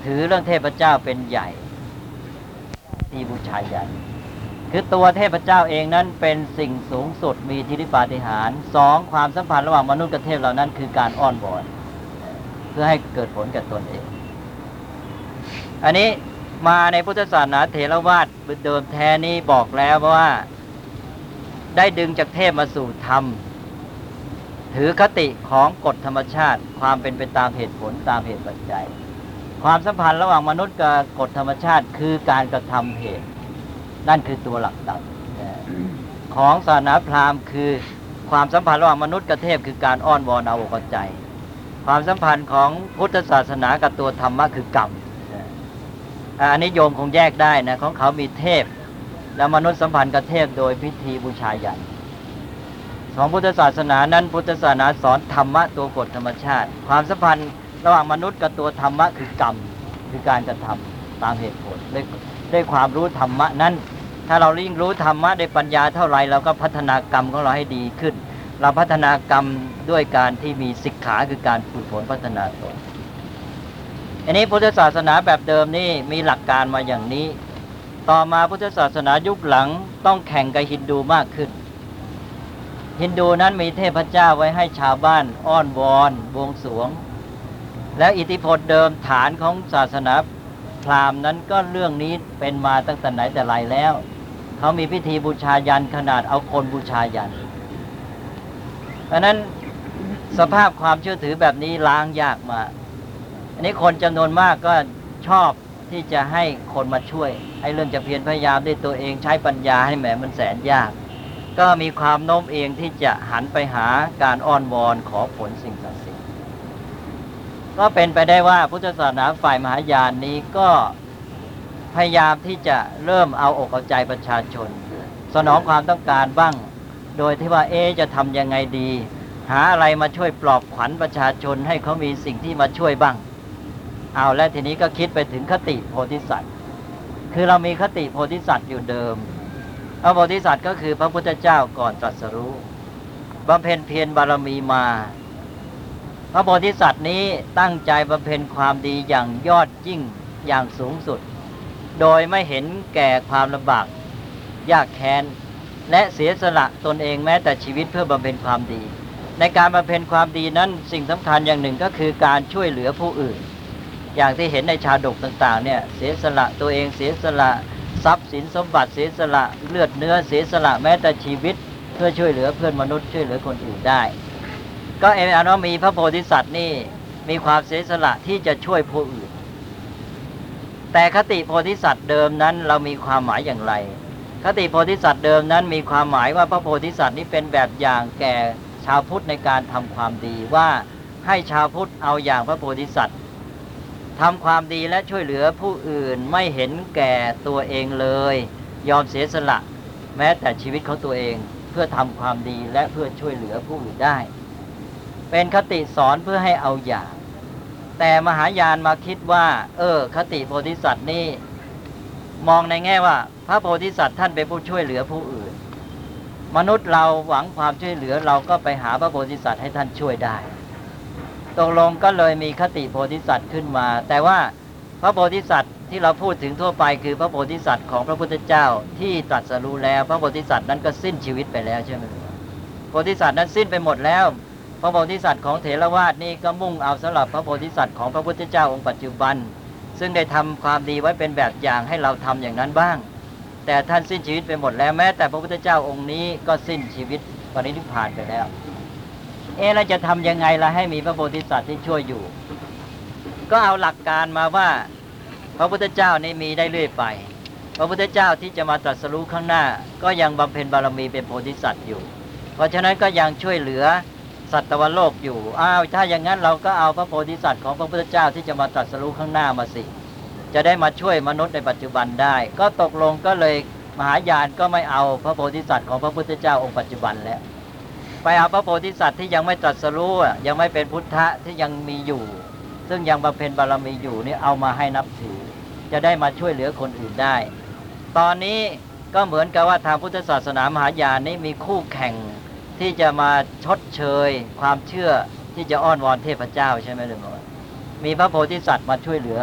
ถือเรื่องเทพเจ้าเป็นใหญ่ที่บูชายันคือตัวเทพเจ้าเองนั้นเป็นสิ่งสูงสุดมีอิทธิปาฏิหาริย์สองความสัมพันธ์ระหว่างมนุษย์กับเทพเหล่านั้นคือการอ้อนวอนเพื่อให้เกิดผลกับตนเองอันนี้มาในพุทธศาสนาเถรวาทเดิมแท้นี้บอกแล้วว่าได้ดึงจากเทพมาสู่ธรรมถือคติของกฎธรรมชาติความเป็นไปตามเหตุผลตามเหตุปัจจัยความสัมพันธ์ระหว่างมนุษย์กับกฎธรรมชาติคือการกระทำเหตุนั่นคือตัวหลักธรรมของศาสนาพราหมณ์คือความสัมพันธ์ระหว่างมนุษย์กับเทพคือการอ้อนวอนเอาอกเอาใจความสัมพันธ์ของพุทธศาสนากับตัวธรรมะคือกรรมอันนี้โยมคงแยกได้นะของเขามีเทพแล้วมนุษย์สัมพันธ์กับเทพโดยพิธีบูชายันของพุทธศาสนานั้นพุทธศาสนาสอนธรรมะตัวกฎธรรมชาติความสัมพันธ์ระหว่างมนุษย์กับตัวธรรมะคือกรรมคือการกระทำตามเหตุผลด้วยความรู้ธรรมะนั้นถ้าเรายิ่งรู้ธรรมะด้วยปัญญาเท่าไรเราก็พัฒนากรรมของเราให้ดีขึ้นเราพัฒนากรรมด้วยการที่มีสิกขาคือการฝึกฝนพัฒนาตนอันนี้พุทธศาสนาแบบเดิมนี่มีหลักการมาอย่างนี้ต่อมาพุทธศาสนายุคหลังต้องแข่งกับฮินดูมากขึ้นฮินดูนั้นมีเทพเจ้าไว้ให้ชาวบ้านอ้อนวอนบวงสรวงแล้วอิทธิพลเดิมฐานของศาสนาพราหมณ์นั้นก็เรื่องนี้เป็นมาตั้งแต่ไหนแต่ไรแล้วเขามีพิธีบูชายันขนาดเอาคนบูชายันเพราะนั้นสภาพความเชื่อถือแบบนี้ล้างยากมากอันนี้คนจำนวนมากก็ชอบที่จะให้คนมาช่วยให้เรื่องจะเพียรพยายามด้วยตัวเองใช้ปัญญาให้แหมมันแสนยากก็มีความโน้มเองที่จะหันไปหาการอ้อนวอนขอผลสิ่งศักดิ์สิทธิ์ก็เป็นไปได้ว่าพุทธศาสนาฝ่ายมหายานนี้ก็พยายามที่จะเริ่มเอาอกเอาใจประชาชนสนองความต้องการบ้างโดยที่ว่าจะทำยังไงดีหาอะไรมาช่วยปลอบขวัญประชาชนให้เขามีสิ่งที่มาช่วยบ้างเอาและทีนี้ก็คิดไปถึงคติโพธิสัตว์คือเรามีคติโพธิสัตว์อยู่เดิมพระโพธิสัตว์ก็คือพระพุทธเจ้าก่อนตรัสรู้บำเพ็ญเพียรบารมีมาพระโพธิสัตว์นี้ตั้งใจบำเพ็ญความดีอย่างยอดยิ่งอย่างสูงสุดโดยไม่เห็นแก่ความลำบากยากแค้นและเสียสละตนเองแม้แต่ชีวิตเพื่อบำเพ็ญความดีในการบำเพ็ญความดีนั้นสิ่งสำคัญอย่างหนึ่งก็คือการช่วยเหลือผู้อื่นอย่างที่เห็นในชาดกต่างๆเนี่ยเสียสละตัวเองเสียสละทรัพย์สินสมบัติเสียสละเลือดเนื้อเสียสละแม้แต่ชีวิตเพื่อช่วยเหลือเพื่อนมนุษย์ช่วยเหลือคนอื่นได้ก็อันว่ามีพระโพธิสัตว์นี่มีความเสียสละที่จะช่วยผู้อื่นแต่คติโพธิสัตว์เดิมนั้นเรามีความหมายอย่างไรคติโพธิสัตว์เดิมนั้นมีความหมายว่าพระโพธิสัตว์นี้เป็นแบบอย่างแก่ชาวพุทธในการทำความดีว่าให้ชาวพุทธเอาอย่างพระโพธิสัตว์ทำความดีและช่วยเหลือผู้อื่นไม่เห็นแก่ตัวเองเลยยอมเสียสละแม้แต่ชีวิตของตัวเองเพื่อทำความดีและเพื่อช่วยเหลือผู้อื่นได้เป็นคติสอนเพื่อให้เอาอย่างแต่มหายานมาคิดว่าคติโพธิสัตว์นี่มองในแง่ว่าพระโพธิสัตว์ท่านเป็นผู้ช่วยเหลือผู้อื่นมนุษย์เราหวังความช่วยเหลือเราก็ไปหาพระโพธิสัตว์ให้ท่านช่วยได้ตกลงก็เลยมีคติโพธิสัตว์ขึ้นมาแต่ว่าพระโพธิสัตว์ที่เราพูดถึงทั่วไปคือพระโพธิสัตว์ของพระพุทธเจ้าที่ตรัสรู้แล้วพระโพธิสัตว์นั้นก็สิ้นชีวิตไปแล้วใช่ไหมโพธิสัตว์นั้นสิ้นไปหมดแล้วพระโพธิสัตว์ของเถรวาทนี่ก็มุ่งเอาสำหรับพระโพธิสัตว์ของพระพุทธเจ้าองค์ปัจจุบันซึ่งได้ทำความดีไว้เป็นแบบอย่างให้เราทำอย่างนั้นบ้างแต่ท่านสิ้นชีวิตไปหมดแล้วแม้แต่พระพุทธเจ้าองค์นี้ก็สิ้นชีวิตปรินิพพานไปแล้วเราจะทำยังไงล่ะให้มีพระโพธิสัตว์ที่ช่วยอยู่ก็เอาหลักการมาว่าพระพุทธเจ้านี่มีได้เรื่อยไปพระพุทธเจ้าที่จะมาตรัสรู้ข้างหน้าก็ยังบำเพ็ญบารมีเป็นโพธิสัตว์อยู่เพราะฉะนั้นก็ยังช่วยเหลือสัตวโลกอยู่ถ้าอย่างนั้นเราก็เอาพระโพธิสัตว์ของพระพุทธเจ้าที่จะมาตรัสรู้ข้างหน้ามาสิจะได้มาช่วยมนุษย์ในปัจจุบันได้ก็ตกลงก็เลยมหายานก็ไม่เอาพระโพธิสัตว์ของพระพุทธเจ้าองค์ปัจจุบันแล้วไปเอาพระโพธิสัตว์ที่ยังไม่ตรัสรู้ยังไม่เป็นพุทธะที่ยังมีอยู่ซึ่งยังบำเพ็ญบารมีอยู่นี่เอามาให้นับถือจะได้มาช่วยเหลือคนอื่นได้ตอนนี้ก็เหมือนกับว่าทางพุทธศาสนามหายานนี้มีคู่แข่งที่จะมาชดเชยความเชื่อที่จะอ้อนวอนเทพเจ้าใช่ไหมหรือเปล่ามีพระโพธิสัตว์มาช่วยเหลือ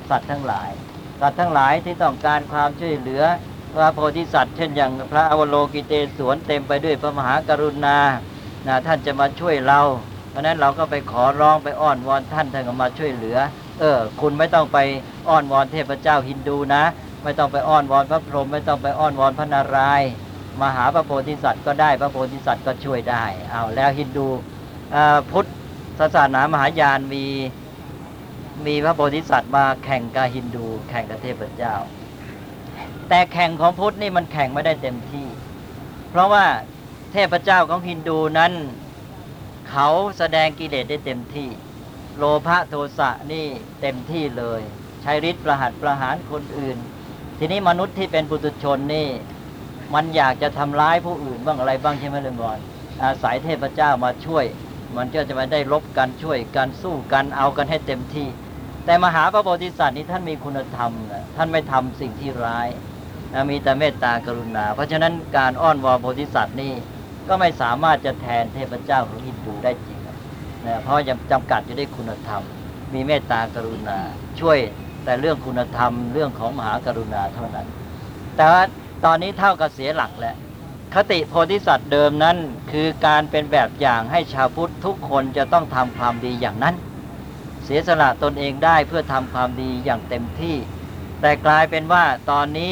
สัตว์ทั้งหลายสัตว์ทั้งหลายที่ต้องการความช่วยเหลือพระโพธิสัตว์เช่นอย่างพระอวโลกิเตศวรเต็มไปด้วยพระมหากรุณาท่านจะมาช่วยเราเพราะนั้นเราก็ไปขอร้องไปอ้อนวอนท่านก็มาช่วยเหลือคุณไม่ต้องไปอ้อนวอนเทพเจ้าฮินดูนะไม่ต้องไปอ้อนวอนพระพรหมไม่ต้องไปอ้อนวอนพระนารายณ์มาหาพระโพธิสัตว์ก็ได้พระโพธิสัตว์ก็ช่วยได้เอาแล้วฮินดูพุทธศาสนามหายานมีพระโพธิสัตว์มาแข่งกับฮินดูแข่งกับเทพเจ้าแต่แข่งของพุทธนี่มันแข่งไม่ได้เต็มที่เพราะว่าเทพเจ้าของฮินดูนั้นเขาแสดงกิเลสได้เต็มที่โลภะโทสะนี่เต็มที่เลยใช้ฤทธิ์ประหัตประหารคนอื่นทีนี้มนุษย์ที่เป็นปุถุชนนี่มันอยากจะทำร้ายผู้อื่นบ้างอะไรบ้างใช่ไหมเลยก่อนอาศัยเทพเจ้ามาช่วยมันก็จะมาได้ลบกันช่วยกันสู้กันเอากันให้เต็มที่แต่มหาพระโพธิสัตว์นี่ท่านมีคุณธรรมท่านไม่ทำสิ่งที่ร้ายมีแต่เมตตากรุณาเพราะฉะนั้นการอ้อนวอนโพธิสัตว์นี่ก็ไม่สามารถจะแทนเทพเจ้าของฮินดูได้จริงเพราะยังจำกัดอยู่ด้วยคุณธรรมมีเมตตากรุณาช่วยแต่เรื่องคุณธรรมเรื่องของมหากรุณาเท่านั้นแต่ว่าตอนนี้เท่ากับเสียหลักแล้วคติโพธิสัตว์เดิมนั้นคือการเป็นแบบอย่างให้ชาวพุทธทุกคนจะต้องทำความดีอย่างนั้นเสียสละตนเองได้เพื่อทำความดีอย่างเต็มที่แต่กลายเป็นว่าตอนนี้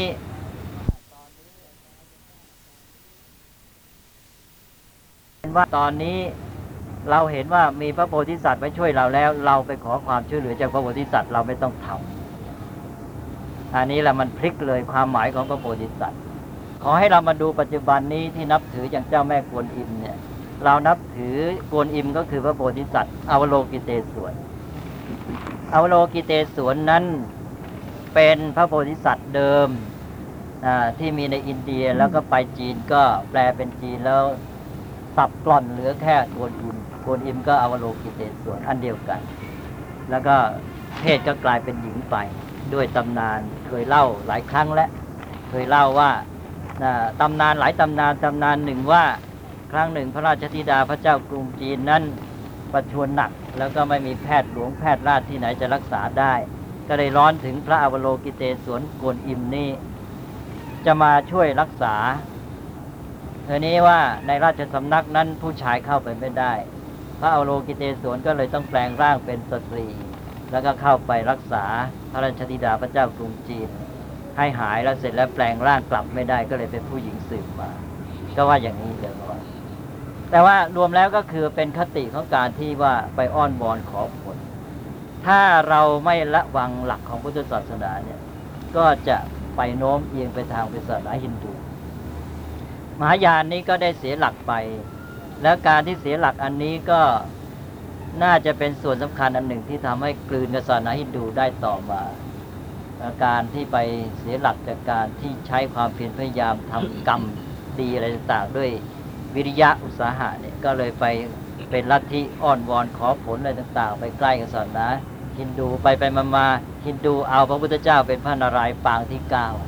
เราเห็นว่ามีพระโพธิสัตว์มาช่วยเราแล้วเราไปขอความช่วยเหลือจากพระโพธิสัตว์เราไม่ต้องทำอันนี้แหละมันพลิกเลยความหมายของพระโพธิสัตว์ขอให้เรามาดูปัจจุบันนี้ที่นับถืออย่างเจ้าแม่กวนอิมเนี่ยเรานับถือกวนอิมก็คือพระโพธิสัตว์อวโลกิเตศวรอวโลกิเตศวรนั้นเป็นพระโพธิสัตว์เดิมที่มีในอินเดียแล้วก็ไปจีนก็แปลเป็นจีนแล้วสับกล่อนเหลือแค่กวนอิมก็อวโลกิเตศวรอันเดียวกันแล้วก็เพศก็กลายเป็นหญิงไปด้วยตำนานเคยเล่าหลายครั้งแล้วเคยเล่าว่าตำนานหลายตำนานหนึ่งว่าครั้งหนึ่งพระราชธิดาพระเจ้ากรุงจีนนั้นประชวรหนักแล้วก็ไม่มีแพทย์หลวงแพทย์ราชที่ไหนจะรักษาได้ก็เลยร้อนถึงพระอวโลกิเตศวรกวนอิมนี่จะมาช่วยรักษาทีนี้ว่าในราชสำนักนั้นผู้ชายเข้าไปไม่ได้พระอวโลกิเตศวรก็เลยต้องแปลงร่างเป็นสตรีแล้วก็เข้าไปรักษาพระราชธิดาพระเจ้ากรุงจีนให้หายแล้วเสร็จแล้วแปลงร่างกลับไม่ได้ก็เลยเป็นผู้หญิงสืบมาก็ว่าอย่างนี้เดี๋ยวก่อนแต่ว่ารวมแล้วก็คือเป็นคติของการที่ว่าไปอ้อนวอนขอผลถ้าเราไม่ละวังหลักของพุทธศาสนาเนี่ยก็จะไปโน้มเอียงไปทางศาสนาฮินดูมหายานนี้ก็ได้เสียหลักไปแล้วการที่เสียหลักอันนี้ก็น่าจะเป็นส่วนสำคัญอันหนึ่งที่ทำให้กลืนกับศาสนาฮินดูได้ต่อมาการที่ไปเสียหลักจากการที่ใช้ความเพียรพยายามทำกรรมดีอะไรต่างๆด้วยวิริยะอุตสาหะเนี่ยก็เลยไปเป็นลัทธิอ้อนวอนขอผลอะไรต่างๆไปใกล้กับศาสนาฮินดูไปมาฮินดูเอาพระพุทธเจ้าเป็นพระนารายณ์ปางที่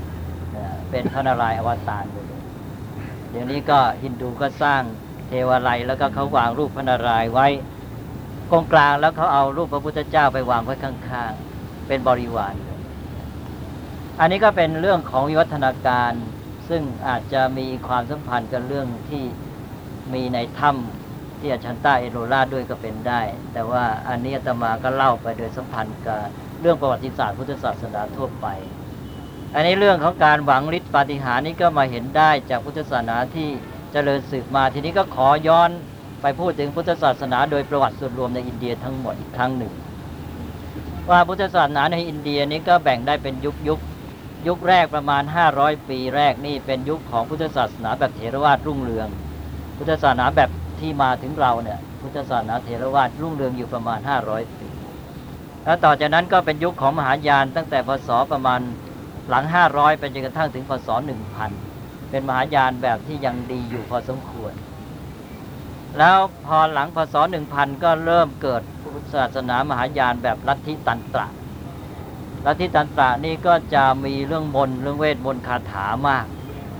9เป็นพระนารายณ์อวตารเลยเดี๋ยวนี้ก็ฮินดูก็สร้างเทวาลัยแล้วก็เขาวางรูปพระนารายณ์ไว้ตรงกลางแล้วเขาเอารูปพระพุทธเจ้าไปวางไว้ข้างๆเป็นบริวารอันนี้ก็เป็นเรื่องของวิวัฒนาการซึ่งอาจจะมีความสัมพันธ์กับเรื่องที่มีในถ้ำที่อาชันต้าเอโรราด้วยก็เป็นได้แต่ว่าอันนี้อาตมาก็เล่าไปโดยสัมพันธ์กับเรื่องประวัติศาสตร์พุทธศาสนาทั่วไปอันนี้เรื่องของการหวังฤทธิ์ปาฏิหาริย์นี้ก็มาเห็นได้จากพุทธศาสนาที่เจริญสืบมาทีนี้ก็ขอย้อนไปพูดถึงพุทธศาสนาโดยประวัติส่วนรวมในอินเดียทั้งหมดอีกครั้งหนึ่งว่าพุทธศาสนาในอินเดียนี้ก็แบ่งได้เป็นยุคแรกประมาณ500ปีแรกนี่เป็นยุคของพุทธศาสนาแบบเถรวาทรุ่งเรืองพุทธศาสนาแบบที่มาถึงเราเนี่ยพุทธศาสนาเถรวาทรุ่งเรืองอยู่ประมาณ500ปีแล้วต่อจากนั้นก็เป็นยุคของมหายานตั้งแต่พศประมาณหลัง500ไปจนกระทั่งถึงพศ1000เป็นมหายานแบบที่ยังดีอยู่พอสมควรแล้วพอหลังพศ1000ก็เริ่มเกิดพุทธศาสนามหายานแบบลัทธิตันตระลัทธิตันตระนี่ก็จะมีเรื่องมนต์เรื่องเวทมนต์คาถามาก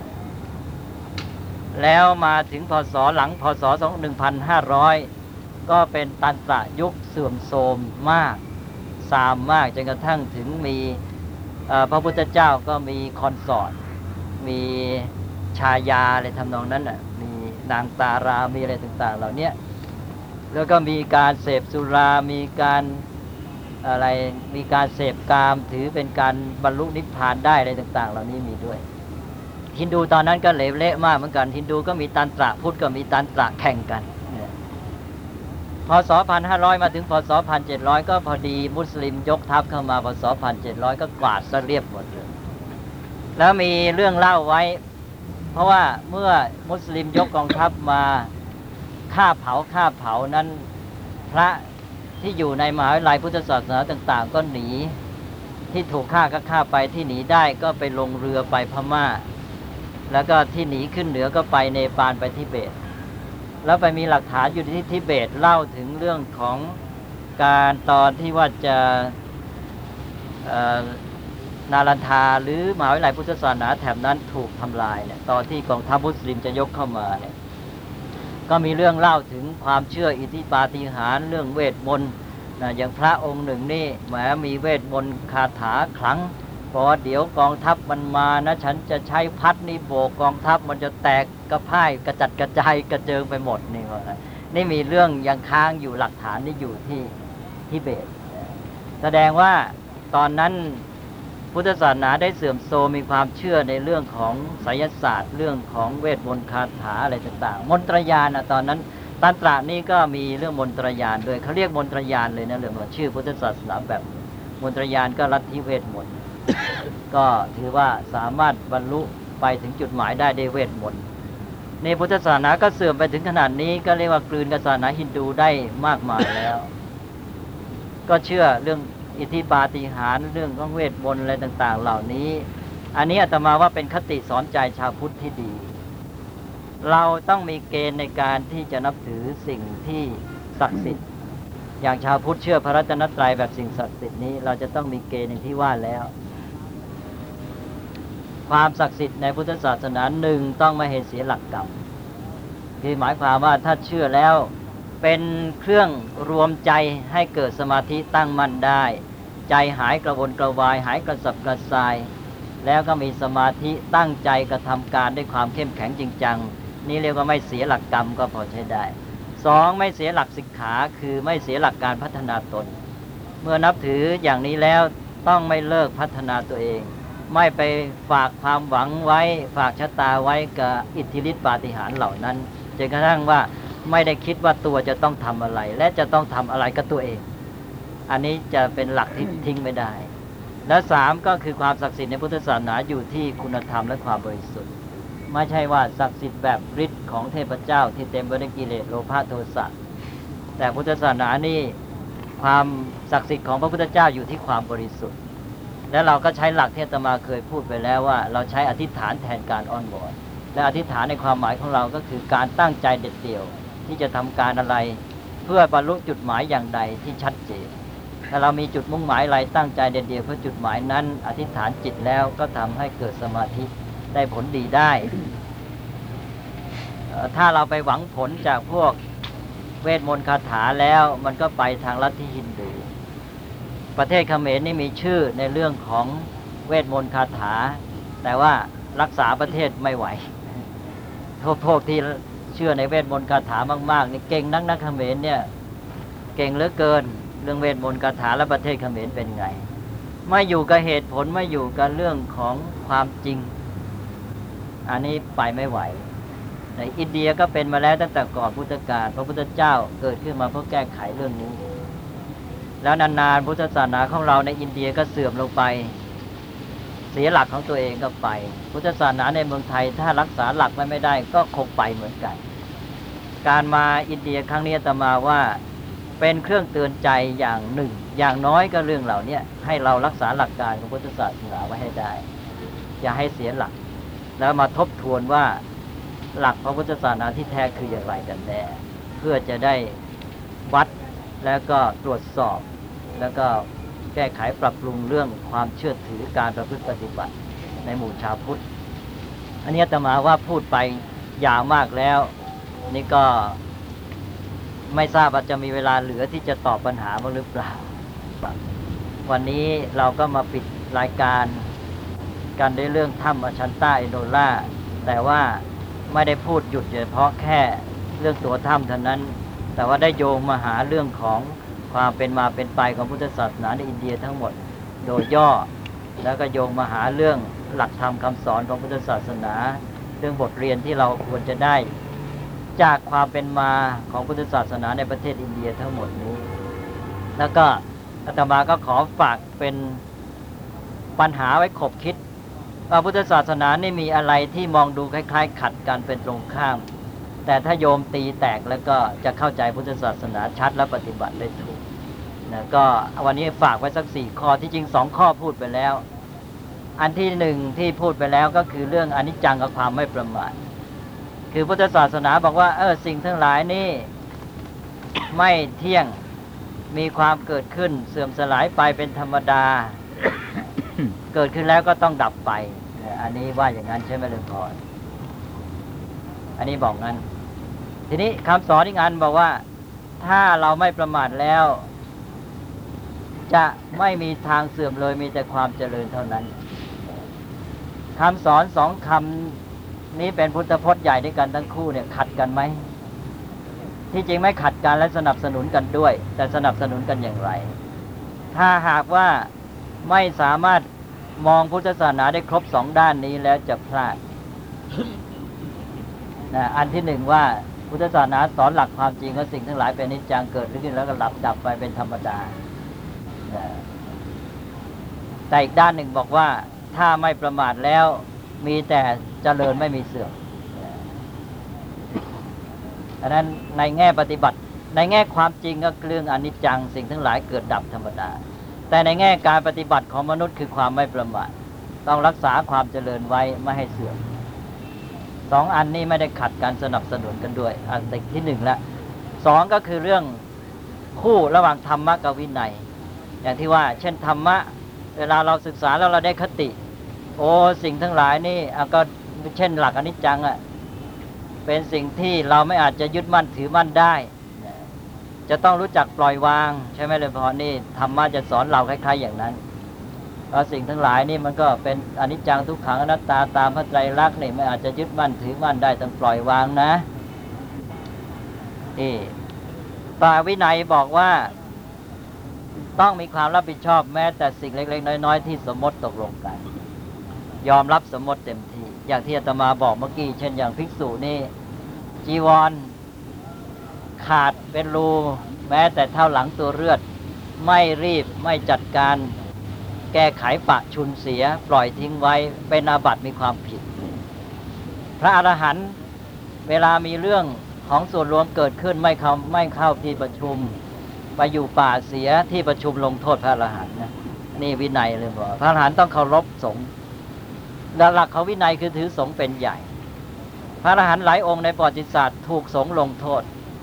แล้วมาถึงพศหลังพศ1500ก็เป็นตันตระยุคเสื่อมโทรมมากซามมากจนกระทั่งถึงมีพระพุทธเจ้าก็มีคอนสอร์ตมีชายาอะไรทำนองนั้นน่ะมีนางตารามีอะไรต่างๆเหล่านี้แล้วก็มีการเสพสุรามีการอะไรมีการเสพกามถือเป็นการบรรลุนิพพานได้อะไรต่างๆเหล่านี้มีด้วยฮินดูตอนนั้นก็เหลวเละมากเหมือนกันฮินดูก็มีตันตระพุทธก็มีตันตระแข่งกันพศ 1500 มาถึงพศ 1700 ก็พอดีมุสลิมยกทัพเข้ามาพศ 1700 ก็กวาดซะเรียบหมดเลยแล้วมีเรื่องเล่าไว้เพราะว่าเมื่อมุสลิมยกกองทัพมาฆ่าเผานั้นพระที่อยู่ในมหาวิทยาลัยพุทธศาสนาต่างๆก็หนีที่ถูกฆ่าก็ฆ่าไปที่หนีได้ก็ไปลงเรือไปพม่าแล้วก็ที่หนีขึ้นเหนือก็ไปเนปาลไปทิเบตแล้วไปมีหลักฐานอยู่ที่ทิเบตเล่าถึงเรื่องของการตอนที่ว่าจะนารันทาหรือมหาวิทยาลัยพุทธศาสนาแถบนั้นถูกทำลายเนี่ยตอนที่กองทัพมุสลิมจะยกเข้ามาเนี่ยก็มีเรื่องเล่าถึงความเชื่ออิทธิปาฏิหาริย์เรื่องเวทมนต์นะอย่างพระองค์หนึ่งนี่แหมมีเวทมนต์คาถาขลังเพราะเดี๋ยวกองทัพมันมานะฉันจะใช้พัดนี่โบกกองทัพมันจะแตกกระพ่ายกระจัดกระจายกระเจิงไปหมดนี่ว่านี่มีเรื่องยังค้างอยู่หลักฐานนี่อยู่ที่ทิเบตแสดงว่าตอนนั้นพุทธศาสนาได้เสื่อมโทรมมีความเชื่อในเรื่องของไสยศาสตร์เรื่องของเวทมนต์คาถาอะไรต่างๆมนตรญาณตอนนั้นตันตระนี่ก็มีเรื่องมนตรญาณด้วยเขาเรียกมนตรญาณเลยนะเรื่องชื่อพุทธศาสนาแบบมนตรญาณก็ลัทธิเวทมนต์ ก็ถือว่าสามารถบรรลุไปถึงจุดหมายได้ด้วยเวทมนต์ในพุทธศาสนาก็เสื่อมไปถึงขนาดนี้ก็เรียกว่ากลืนกับศาสนาฮินดูได้มากมายแล้ว ก็เชื่อเรื่องอิทธิปาฏิหาริย์เรื่องของเวทมนต์อะไรต่างๆเหล่านี้อันนี้อาตมาว่าเป็นคติสอนใจชาวพุทธที่ดีเราต้องมีเกณฑ์ในการที่จะนับถือสิ่งที่ศักดิ์สิทธิ์อย่างชาวพุทธเชื่อพระรัตนตรัยแบบสิ่งศักดิ์สิทธิ์นี้เราจะต้องมีเกณฑ์อย่างที่ว่าแล้วความศักดิ์สิทธิ์ในพุทธศาสนาหนึ่งต้องไม่ให้เสียหลักกรรมคือหมายความว่าถ้าเชื่อแล้วเป็นเครื่องรวมใจให้เกิดสมาธิตั้งมั่นได้ใจหายกระวนกระวายหายกระสับกระส่ายแล้วก็มีสมาธิตั้งใจกระทำการด้วยความเข้มแข็งจริงจังนี่เรียกว่าไม่เสียหลักกรรมก็พอใช้ได้สองไม่เสียหลักสิกขาคือไม่เสียหลักการพัฒนาตนเมื่อนับถืออย่างนี้แล้วต้องไม่เลิกพัฒนาตัวเองไม่ไปฝากความหวังไว้ฝากชะตาไว้กับอิทธิฤทธิปาฏิหาริย์เหล่านั้นจนกระทั่งว่าไม่ได้คิดว่าตัวจะต้องทำอะไรและจะต้องทำอะไรกับตัวเองอันนี้จะเป็นหลักที่ทิ้งไม่ได้และสามก็คือความศักดิ์สิทธิ์ในพุทธศาสนาอยู่ที่คุณธรรมและความบริสุทธิ์ไม่ใช่ว่าศักดิ์สิทธิ์แบบฤทธิ์ของเทพเจ้าที่เต็มไปด้วยกิเลสโลภะโทสะแต่พุทธศาสนานี่ความศักดิ์สิทธิ์ของพระพุทธเจ้าอยู่ที่ความบริสุทธิ์และเราก็ใช้หลักที่อาตมาเคยพูดไปแล้วว่าเราใช้อธิษฐานแทนการอ้อนวอนและอธิษฐานในความหมายของเราก็คือการตั้งใจเด็ดเดี่ยวที่จะทำการอะไรเพื่อบรรลุจุดหมายอย่างใดที่ชัดเจนถ้าเรามีจุดมุ่งหมายอะไรตั้งใจเด็ดเดี่ยวเพื่อจุดหมายนั้นอธิษฐานจิตแล้วก็ทำให้เกิดสมาธิได้ผลดีได้ถ้าเราไปหวังผลจากพวกเวทมนต์คาถาแล้วมันก็ไปทางลัทธิฮินดูประเทศเขมรนี่มีชื่อในเรื่องของเวทมนต์คาถาแต่ว่ารักษาประเทศไม่ไหวพวกที่เชื่อในเวทมนต์คาถามากๆนี่เก่งนักเขมรเนี่ยเก่งเหลือเกินเรื่องเวทมนต์คาถาและประเทศเขมรเป็นไงไม่อยู่กับเหตุผลไม่อยู่กับเรื่องของความจริงอันนี้ไปไม่ไหวในอินเดียก็เป็นมาแล้วตั้งแต่ก่อนพุทธกาลพระพุทธเจ้าเกิดขึ้นมาเพื่อแก้ไขเรื่องนี้แล้วนานๆพุทธศาสนาของเราในอินเดียก็เสื่อมลงไปเสียหลักของตัวเองก็ไปพุทธศาสนาในเมืองไทยถ้ารักษาหลักไม่ได้ก็คงไปเหมือนกันการมาอินเดียครั้งนี้อาตมาว่าเป็นเครื่องเตือนใจอย่างหนึ่งอย่างน้อยก็เรื่องเหล่านี้ให้เรารักษาหลักการของพุทธศาสนาไว้ให้ได้อย่าให้เสียหลักแล้วมาทบทวนว่าหลักพระพุทธศาสนาที่แท้คืออย่างไรกันแน่เพื่อจะได้วัดแล้วก็ตรวจสอบแล้วก็แก้ไขปรับปรุงเรื่องความเชื่อถือการประพฤติปฏิบัติในหมู่ชาวพุทธอันนี้อาตมาว่าพูดไปยาวมากแล้วนี่ก็ไม่ทราบว่าจะมีเวลาเหลือที่จะตอบปัญหาบ้างหรือเปล่าวันนี้เราก็มาปิดรายการกันด้วยเรื่องถ้ำอชันต้าเอโดล่าแต่ว่าไม่ได้พูดหยุดเฉพาะแค่เรื่องตัวถ้ำเท่านั้นแต่ว่าได้โยงมาหาเรื่องของความเป็นมาเป็นไปของพุทธศาสนาในอินเดียทั้งหมดโดยย่อแล้วก็โยงมาหาเรื่องหลักธรรมคำสอนของพุทธศาสนาเรื่องบทเรียนที่เราควรจะได้จากความเป็นมาของพุทธศาสนาในประเทศอินเดียทั้งหมดนี้แล้วก็อาตมาก็ขอฝากเป็นปัญหาไว้ขบคิดว่าพุทธศาสนานี่มีอะไรที่มองดูคล้ายๆขัดกันเป็นตรงข้ามแต่ถ้าโยมตีแตกแล้วก็จะเข้าใจพุทธศาสนาชัดและปฏิบัติได้ถูกนะก็วันนี้ฝากไว้สัก4ข้อที่จริง2ข้อพูดไปแล้วอันที่1ที่พูดไปแล้วก็คือเรื่องอนิจจังกับความไม่ประมาทคือพุทธศาสนาบอกว่าสิ่งทั้งหลายนี่ ไม่เที่ยงมีความเกิดขึ้นเสื่อมสลายไปเป็นธรรมดา เกิดขึ้นแล้วก็ต้องดับไปอันนี้ว่าอย่างนั้นใช่ไหมลุงพรอันนี้บอกงั้นทีนี้คำสอนอีกอันบอกว่าถ้าเราไม่ประมาทแล้วจะไม่มีทางเสื่อมเลยมีแต่ความเจริญเท่านั้นคำสอน2คำนี้เป็นพุทธพจน์ใหญ่ด้วยกันทั้งคู่เนี่ยขัดกันไหมที่จริงไม่ขัดกันและสนับสนุนกันด้วยแต่สนับสนุนกันอย่างไรถ้าหากว่าไม่สามารถมองพุทธศาสนาได้ครบ2ด้านนี้แล้วจะพลาดอันที่1ว่าพุทธศาสนาสอนหลักความจริงว่าสิ่งทั้งหลายเป็นอนิจจังเกิดขึ้นแล้วก็ดับไปเป็นธรรมดาแต่อีกด้านหนึ่งบอกว่าถ้าไม่ประมาทแล้วมีแต่เจริญไม่มีเสื่อมอันนั้นในแง่ปฏิบัติในแง่ความจริงก็เรื่องอนิจจังสิ่งทั้งหลายเกิดดับธรรมดาแต่ในแง่การปฏิบัติของมนุษย์คือความไม่ประมาทต้องรักษาความเจริญไว้ไม่ให้เสื่อม2อันนี้ไม่ได้ขัดกันสนับสนุนกันด้วยอันที่1ละ2ก็คือเรื่องคู่ระหว่างธรรมะกับวินัยอย่างที่ว่าเช่นธรรมะเวลาเราศึกษาแล้วเราได้คติสิ่งทั้งหลายนี่ก็เช่นหลักอนิจจังเป็นสิ่งที่เราไม่อาจจะยึดมั่นถือมั่นได้จะต้องรู้จักปล่อยวางใช่ไหมเลยพอนี่ธรรมะจะสอนเราคล้ายๆอย่างนั้นเพราะสิ่งทั้งหลายนี่มันก็เป็นอนิจจังทุกขังอนัตตาตามพระไตรลักษณ์นี่ไม่อาจจะยึดมั่นถือมั่นได้ต้องปล่อยวางนะปาวินัยบอกว่าต้องมีความรับผิดชอบแม้แต่สิ่งเล็กๆน้อยๆที่สมมติตกลงกันยอมรับสมมติเต็มที่อย่างที่อาตมาบอกเมื่อกี้เช่นอย่างภิกษุนี่จีวรขาดเป็นรูแม้แต่เท่าหลังตัวเลือดไม่รีบไม่จัดการแก้ไขปะชุนเสียปล่อยทิ้งไว้เป็นอาบัติมีความผิดพระอรหันต์เวลามีเรื่องของส่วนรวมเกิดขึ้นไม่เข้าที่ประชุมไปอยู่ป่าเสียที่ประชุมลงโทษพระอรหันต์นะนี่วินัยเลยบอกพระอรหันต์ต้องเคารพสงฆ์หลักของวินัยคือถือสงฆ์เป็นใหญ่พระอรหันต์หลายองค์ในประวัติศาสตร์ถูกสงฆ์ลงโทษ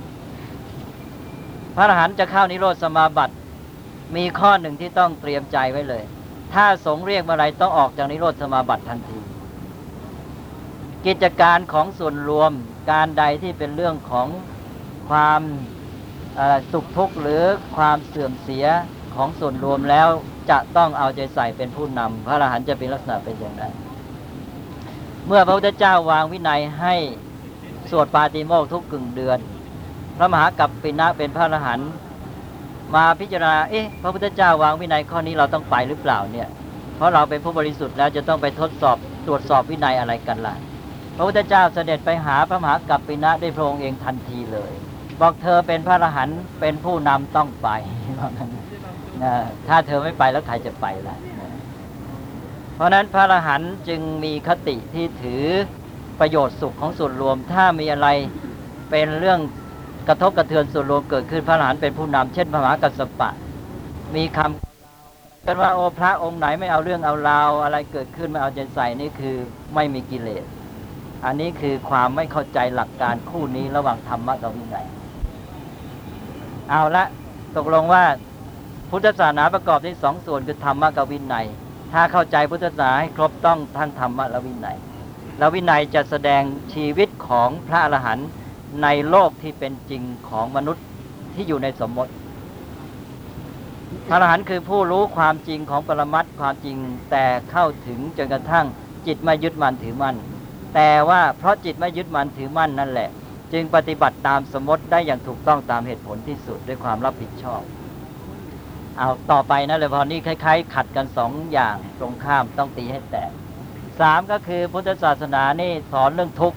พระอรหันต์จะเข้านิโรธสมาบัติมีข้อหนึ่งที่ต้องเตรียมใจไว้เลยถ้าสงฆ์เรียกเมื่อไรต้องออกจากนิโรธสมาบัติทันทีกิจการของส่วนรวมการใดที่เป็นเรื่องของความสุขทุกข์หรือความเสื่อมเสียของส่วนรวมแล้วจะต้องเอาใจใส่เป็นผู้นำพระอรหันต์จะเป็นลักษณะเป็นอย่างนั้นเมื่อพระพุทธเจ้าวางวินัยให้สวดปาติโมกข์ทุกกึ่งเดือนพระมหากัปปินะเป็นพระอรหันต์มาพิจารณาพระพุทธเจ้าวางวินัยข้อนี้เราต้องไปหรือเปล่าเนี่ยเพราะเราเป็นผู้บริสุทธิ์แล้วจะต้องไปทดสอบตรวจสอบวินัยอะไรกันล่ะพระพุทธเจ้าเสด็จไปหาพระมหากัปปินะด้วยพระองค์เองทันทีเลยบอกเธอเป็นพระอรหันต์เป็นผู้นำต้องไปถ้าเธอไม่ไปแล้วใครจะไปล่ะเพราะนั้นพระอรหันต์จึงมีคติที่ถือประโยชน์สุขของส่วนรวมถ้ามีอะไรเป็นเรื่องกระทบกระเทือนส่วนรวมเกิดขึ้นพระอรหันต์เป็นผู้นำเช่นพระมหากัสสปะมีคำกันว่าพระองค์ไหนไม่เอาเรื่องเอาราวอะไรเกิดขึ้นไม่เอาใจใส่นี่คือไม่มีกิเลสอันนี้คือความไม่เข้าใจหลักการคู่นี้ระหว่างธรรมะกับวินัยเอาละตกลงว่าพุทธศาสนาประกอบด้วย2ส่วนคือธรรมะกับวินัยถ้าเข้าใจพุทธศาสนาให้ครบต้องทั้งธรรมะและวินัยแล้ววินัยจะแสดงชีวิตของพระอรหันต์ในโลกที่เป็นจริงของมนุษย์ที่อยู่ในสมมติพระอรหันต์คือผู้รู้ความจริงของปรมัตถ์ความจริงแต่เข้าถึงจนกระทั่งจิตไม่ยึดมั่นถือมั่นแต่ว่าเพราะจิตไม่ยึดมั่นถือมั่นนั่นแหละจึงปฏิบัติตามสมมติได้อย่างถูกต้องตามเหตุผลที่สุดด้วยความรับผิดชอบเอาต่อไปนะเลยพอนี้คล้ายๆขัดกันสองอย่างตรงข้ามต้องตีให้แตกสามก็คือพุทธศาสนานี่สอนเรื่องทุกข์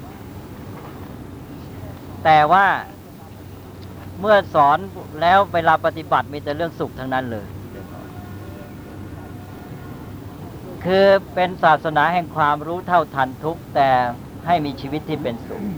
แต่ว่าเมื่อสอนแล้วเวลาปฏิบัติมีแต่เรื่องสุขทั้งนั้นเลยคือเป็นศาสนาแห่งความรู้เท่าทันทุกข์แต่ให้มีชีวิตที่เป็นสุข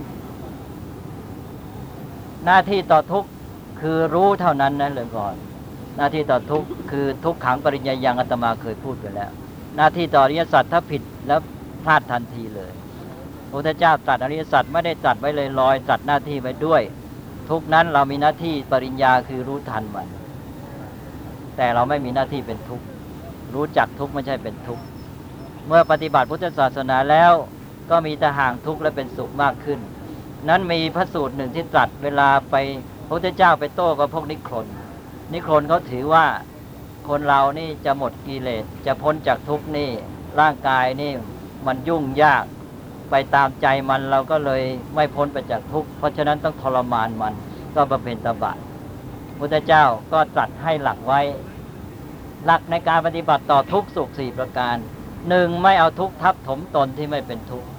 หน้าที่ต่อทุกข์คือรู้เท่านั้นนะเลยก่อนหน้าที่ต่อทุกข์คือทุกขังปริญญายังอาตมาเคยพูดไปแล้วหน้าที่ต่ออริยสัจถ้าผิดแล้วพลาดทันทีเลยพระพุทธเจ้าตรัสอริยสัจไม่ได้ตรัสไว้ลอยๆตรัสหน้าที่ไว้ด้วยทุกนั้นเรามีหน้าที่ปริญญาคือรู้ทันมันแต่เราไม่มีหน้าที่เป็นทุกข์รู้จักทุกข์ไม่ใช่เป็นทุกข์เมื่อปฏิบัติพุทธศาสนาแล้วก็มีแต่ห่างทุกข์และเป็นสุขมากขึ้นนั้นมีพระสูตรหนึ่งที่ตรัสเวลาไปพระพุทธเจ้าไปโต้กับพวกนิครนเขาถือว่าคนเรานี่จะหมดกิเลสจะพ้นจากทุกข์นี่ร่างกายนี่มันยุ่งยากไปตามใจมันเราก็เลยไม่พ้นไปจากทุกข์เพราะฉะนั้นต้องทรมานมันก็บำเพ็ญตบะพุทธเจ้าก็ตรัสให้หลักไว้หลักในการปฏิบัติต่อทุกข์สุข4ประการ1ไม่เอาทุกข์ทับถมตนที่ไม่เป็นทุกข์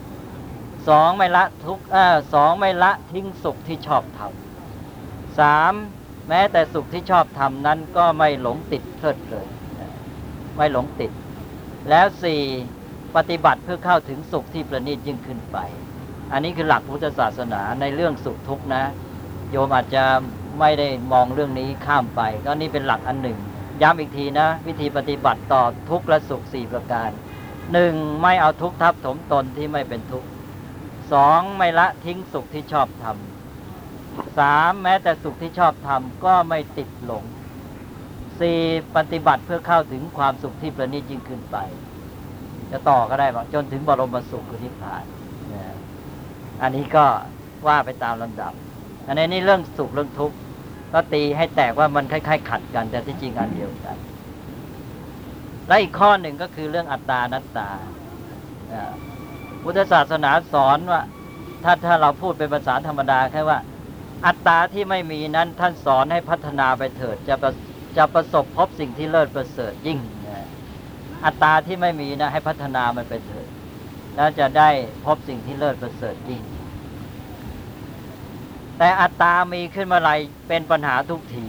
2ไม่ละทุกข์2ไม่ละทิ้งสุขที่ชอบทำ3แม้แต่สุขที่ชอบทำนั้นก็ไม่หลงติดเพลิดเพลินไม่หลงติดแล้ว4ปฏิบัติเพื่อเข้าถึงสุขที่ประณีตยิ่งขึ้นไปอันนี้คือหลักพุทธศาสนาในเรื่องสุขทุกข์นะโยมอาจจะไม่ได้มองเรื่องนี้ข้ามไปก็นี่เป็นหลักอันหนึ่งย้ำอีกทีนะวิธีปฏิบัติต่อทุกข์และสุข4ประการ1ไม่เอาทุกข์ทับถมตนที่ไม่เป็นทุกข์2ไม่ละทิ้งสุขที่ชอบทำ3แม้แต่สุขที่ชอบทำก็ไม่ติดหลง4ปฏิบัติเพื่อเข้าถึงความสุขที่ประณีตยิ่งขึ้นไปจะต่อก็ได้จนถึงบรมสุขคือนิพพานอันนี้ก็ว่าไปตามลำดับอันนี้เรื่องสุขเรื่องทุกข์ก็ตีให้แตกว่ามันคล้ายๆขัดกันแต่ที่จริงอันเดียวกันและอีกข้อหนึ่งก็คือเรื่องอัตตาอนัตตาพุทธศาสนาสอนว่าถ้าเราพูดเป็นภาษาธรรมดาแค่ว่าอัตตาที่ไม่มีนั้นท่านสอนให้พัฒนาไปเถิดจะประสบพบสิ่งที่เลิศประเสริฐยิ่งอัตตาที่ไม่มีนะให้พัฒนามันไปเถิดแล้วจะได้พบสิ่งที่เลิศประเสริฐยิ่งแต่อัตตามีขึ้นเมื่อไรเป็นปัญหาทุกที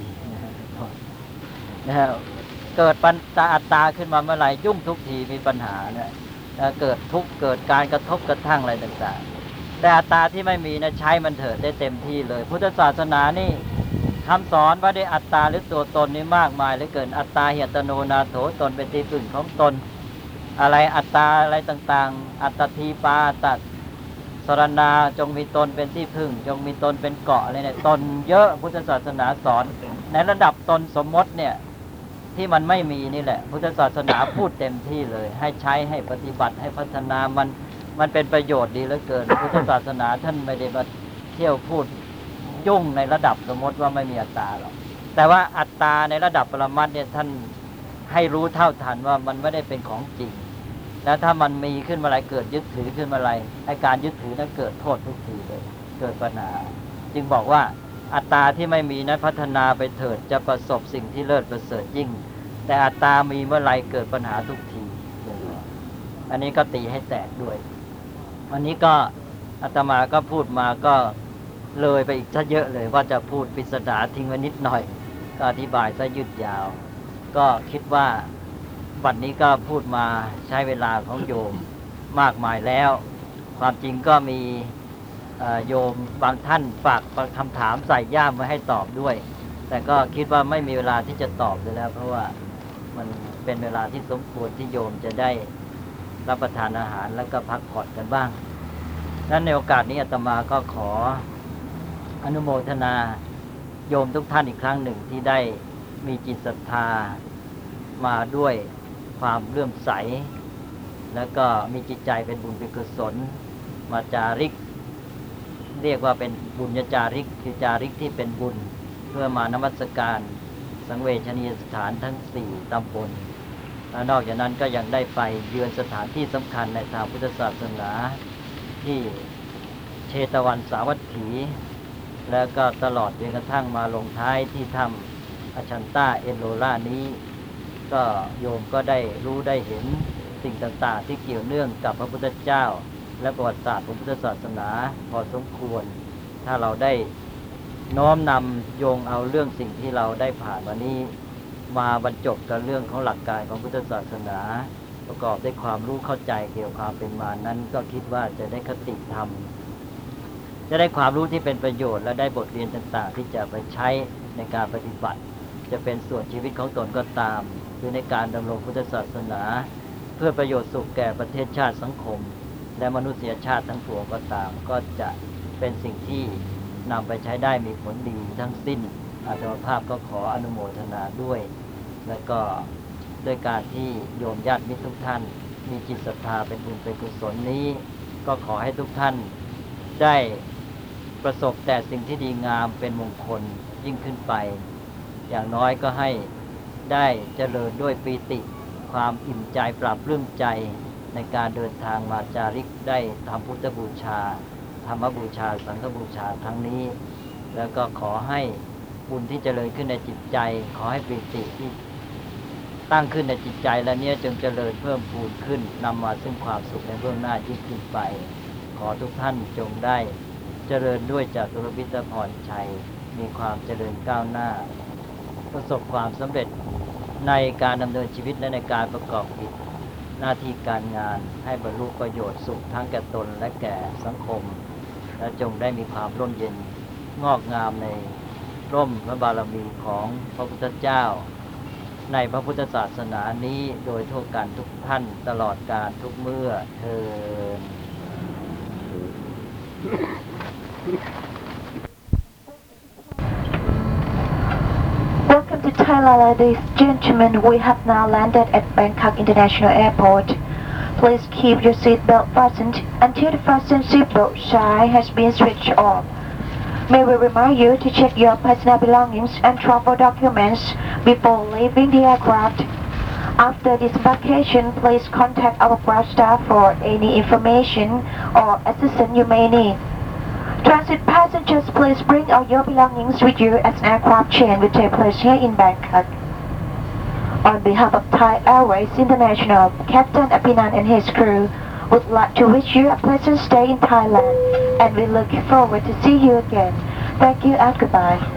นะครับเกิดปัญหาอัตตาขึ้นมาเมื่อไรยุ่งทุกทีมีปัญหาเนี่ยเกิดทุกข์เกิดการกระทบกระทั่งอะไรต่างๆแต่อัตตาที่ไม่มีนะใช้มันเถิดได้เต็มที่เลยพุทธศาสนานี่คำสอนว่าได้อัตตาหรือตัวตนนี่มากมายเหลือเกินอัตตาเหตโนนาโถตนเป็นที่พึ่งของตนอะไรอัตตาอะไรต่างๆอัตตีปาตัดสรณาจงมีตนเป็นที่พึ่งจงมีตนเป็นเกาะอะไรเนี่ยตนเยอะพุทธศาสนาสอนในระดับตนสมมติเนี่ยที่มันไม่มีนี่แหละพุทธศาสนาพูดเต็มที่เลยให้ใช้ให้ปฏิบัติให้พัฒนามันเป็นประโยชน์ดีเหลือเกินพุทธศาสนาท่านไม่ได้มาเที่ยวพูดยุ่งในระดับสมมติว่าไม่มีอัตตาหรอกแต่ว่าอัตตาในระดับปรมัตถ์เนี่ยท่านให้รู้เท่าทันว่ามันไม่ได้เป็นของจริงแล้วถ้ามันมีขึ้นมาอะไรเกิดยึดถือขึ้นมาอะไรไอ้การยึดถือนั้นเกิดโทษทุกทีเลยเกิดปัญหาจึงบอกว่าอัตตาที่ไม่มีนั้นพัฒนาไปเถิดจะประสบสิ่งที่เลิศประเสริฐยิ่งแต่อัตตามีเมื่อไรเกิดปัญหาทุกทีอันนี้ก็ตีให้แตกด้วยวันนี้ก็อาตมาก็พูดมาก็เลยไปอีกซะเยอะเลยว่าจะพูดปริศนาทิ้งไว้นิดหน่อยก็อธิบายซะยืดยาวก็คิดว่าบัดนี้ก็พูดมาใช้เวลาของโยมมากมายแล้วความจริงก็มีโยมบางท่านฝากคำถามใส่ย่ามไว้ให้ตอบด้วยแต่ก็คิดว่าไม่มีเวลาที่จะตอบเลยแล้วเพราะว่ามันเป็นเวลาที่สมควรที่โยมจะได้รับประทานอาหารแล้วก็พักผ่อนกันบ้างนั้นในโอกาสนี้อาตมาก็ขออนุโมทนาโยมทุกท่านอีกครั้งหนึ่งที่ได้มีจิตศรัทธามาด้วยความเลื่อมใสแล้วก็มีจิตใจเป็นบุญเป็นกุศลมาจาริกเรียกว่าเป็นบุญญาจาริกคือจาริกที่เป็นบุญเพื่อมานมัสการสังเวชนียสถานทั้ง4ตำบลและนอกจากนั้นก็ยังได้ไปเยือนสถานที่สำคัญในทางพุทธศาสนาที่เชตวันสาวัตถี แล้วก็ตลอดจนกระทั่งมาลงท้ายที่ถ้ำอชันตาเอโลล่านี้ก็โยมก็ได้รู้ได้เห็นสิ่งต่างๆที่เกี่ยวเนื่องกับพระพุทธเจ้าและประวัติศาสตร์ของพุทธศาสนาพอสมควรถ้าเราได้น้อมนำโยงเอาเรื่องสิ่งที่เราได้ผ่านมานี้มาบรรจบกับเรื่องของหลักการของพุทธศาสนาประกอบด้วยความรู้เข้าใจเกี่ยวกับความเป็นมานั้นก็คิดว่าจะได้คติธรรมจะได้ความรู้ที่เป็นประโยชน์และได้บทเรียนต่างๆที่จะไปใช้ในการปฏิบัติจะเป็นส่วนชีวิตของตนก็ตามหรือในการดำรงพุทธศาสนาเพื่อประโยชน์สุขแก่ประเทศชาติสังคมและมนุษยชาติทั้งปวงก็ตามก็จะเป็นสิ่งที่นำไปใช้ได้มีผลดีทั้งสิ้นอาตมาภาพก็ขออนุโมทนาด้วยและก็ด้วยการที่โยมญาติมิตรทุกท่านมีจิตศรัทธาเป็นบุญเป็นกุศลนี้ก็ขอให้ทุกท่านได้ประสบแต่สิ่งที่ดีงามเป็นมงคลยิ่งขึ้นไปอย่างน้อยก็ให้ได้เจริญด้วยปีติความอิ่มใจปราบปลื้มใจในการเดินทางมาจาริกได้ทำพุทธบูชาธรรมบูชาสังฆบูชาครั้งนี้แล้วก็ขอให้บุญที่เจริญขึ้นในจิตใจขอให้ปีติที่ตั้งขึ้นในจิตใจและเนี้ยจงเจริญเพิ่มพูนขึ้นนำมาซึ่งความสุขในเบื้องหน้ายิ่งขึ้นไปขอทุกท่านจงได้เจริญด้วยจตุรพิธพรชัยมีความเจริญก้าวหน้าประสบความสำเร็จในการดำเนินชีวิตและในการประกอบกิจหน้าที่การงานให้บรรลุประโยชน์สุขทั้งแก่ตนและแก่สังคมและจงได้มีความร่มเย็นงอกงามในร่มพระบารมีของพระพุทธเจ้าในพระพุทธศาสนานี้โดยทั่วกันทุกท่านตลอดกาลทุกเมื่อเทอญ Welcome to Thailand, ladies and gentlemen. We have now landed at Bangkok International Airport. Please keep your seatbelt fastened until the fasten seatbelt sign has been switched off. May we remind you to check your personal belongings and travel documents before leaving the aircraft. After disembarkation, please contact our ground staff for any information or assistance you may need. Transit passengers, please bring all your belongings with you as an aircraft change will take place here in Bangkok. On behalf of Thai Airways International, Captain Apinan and his crew would like to wish you a pleasant stay in Thailand and we look forward to see you again. Thank you and goodbye.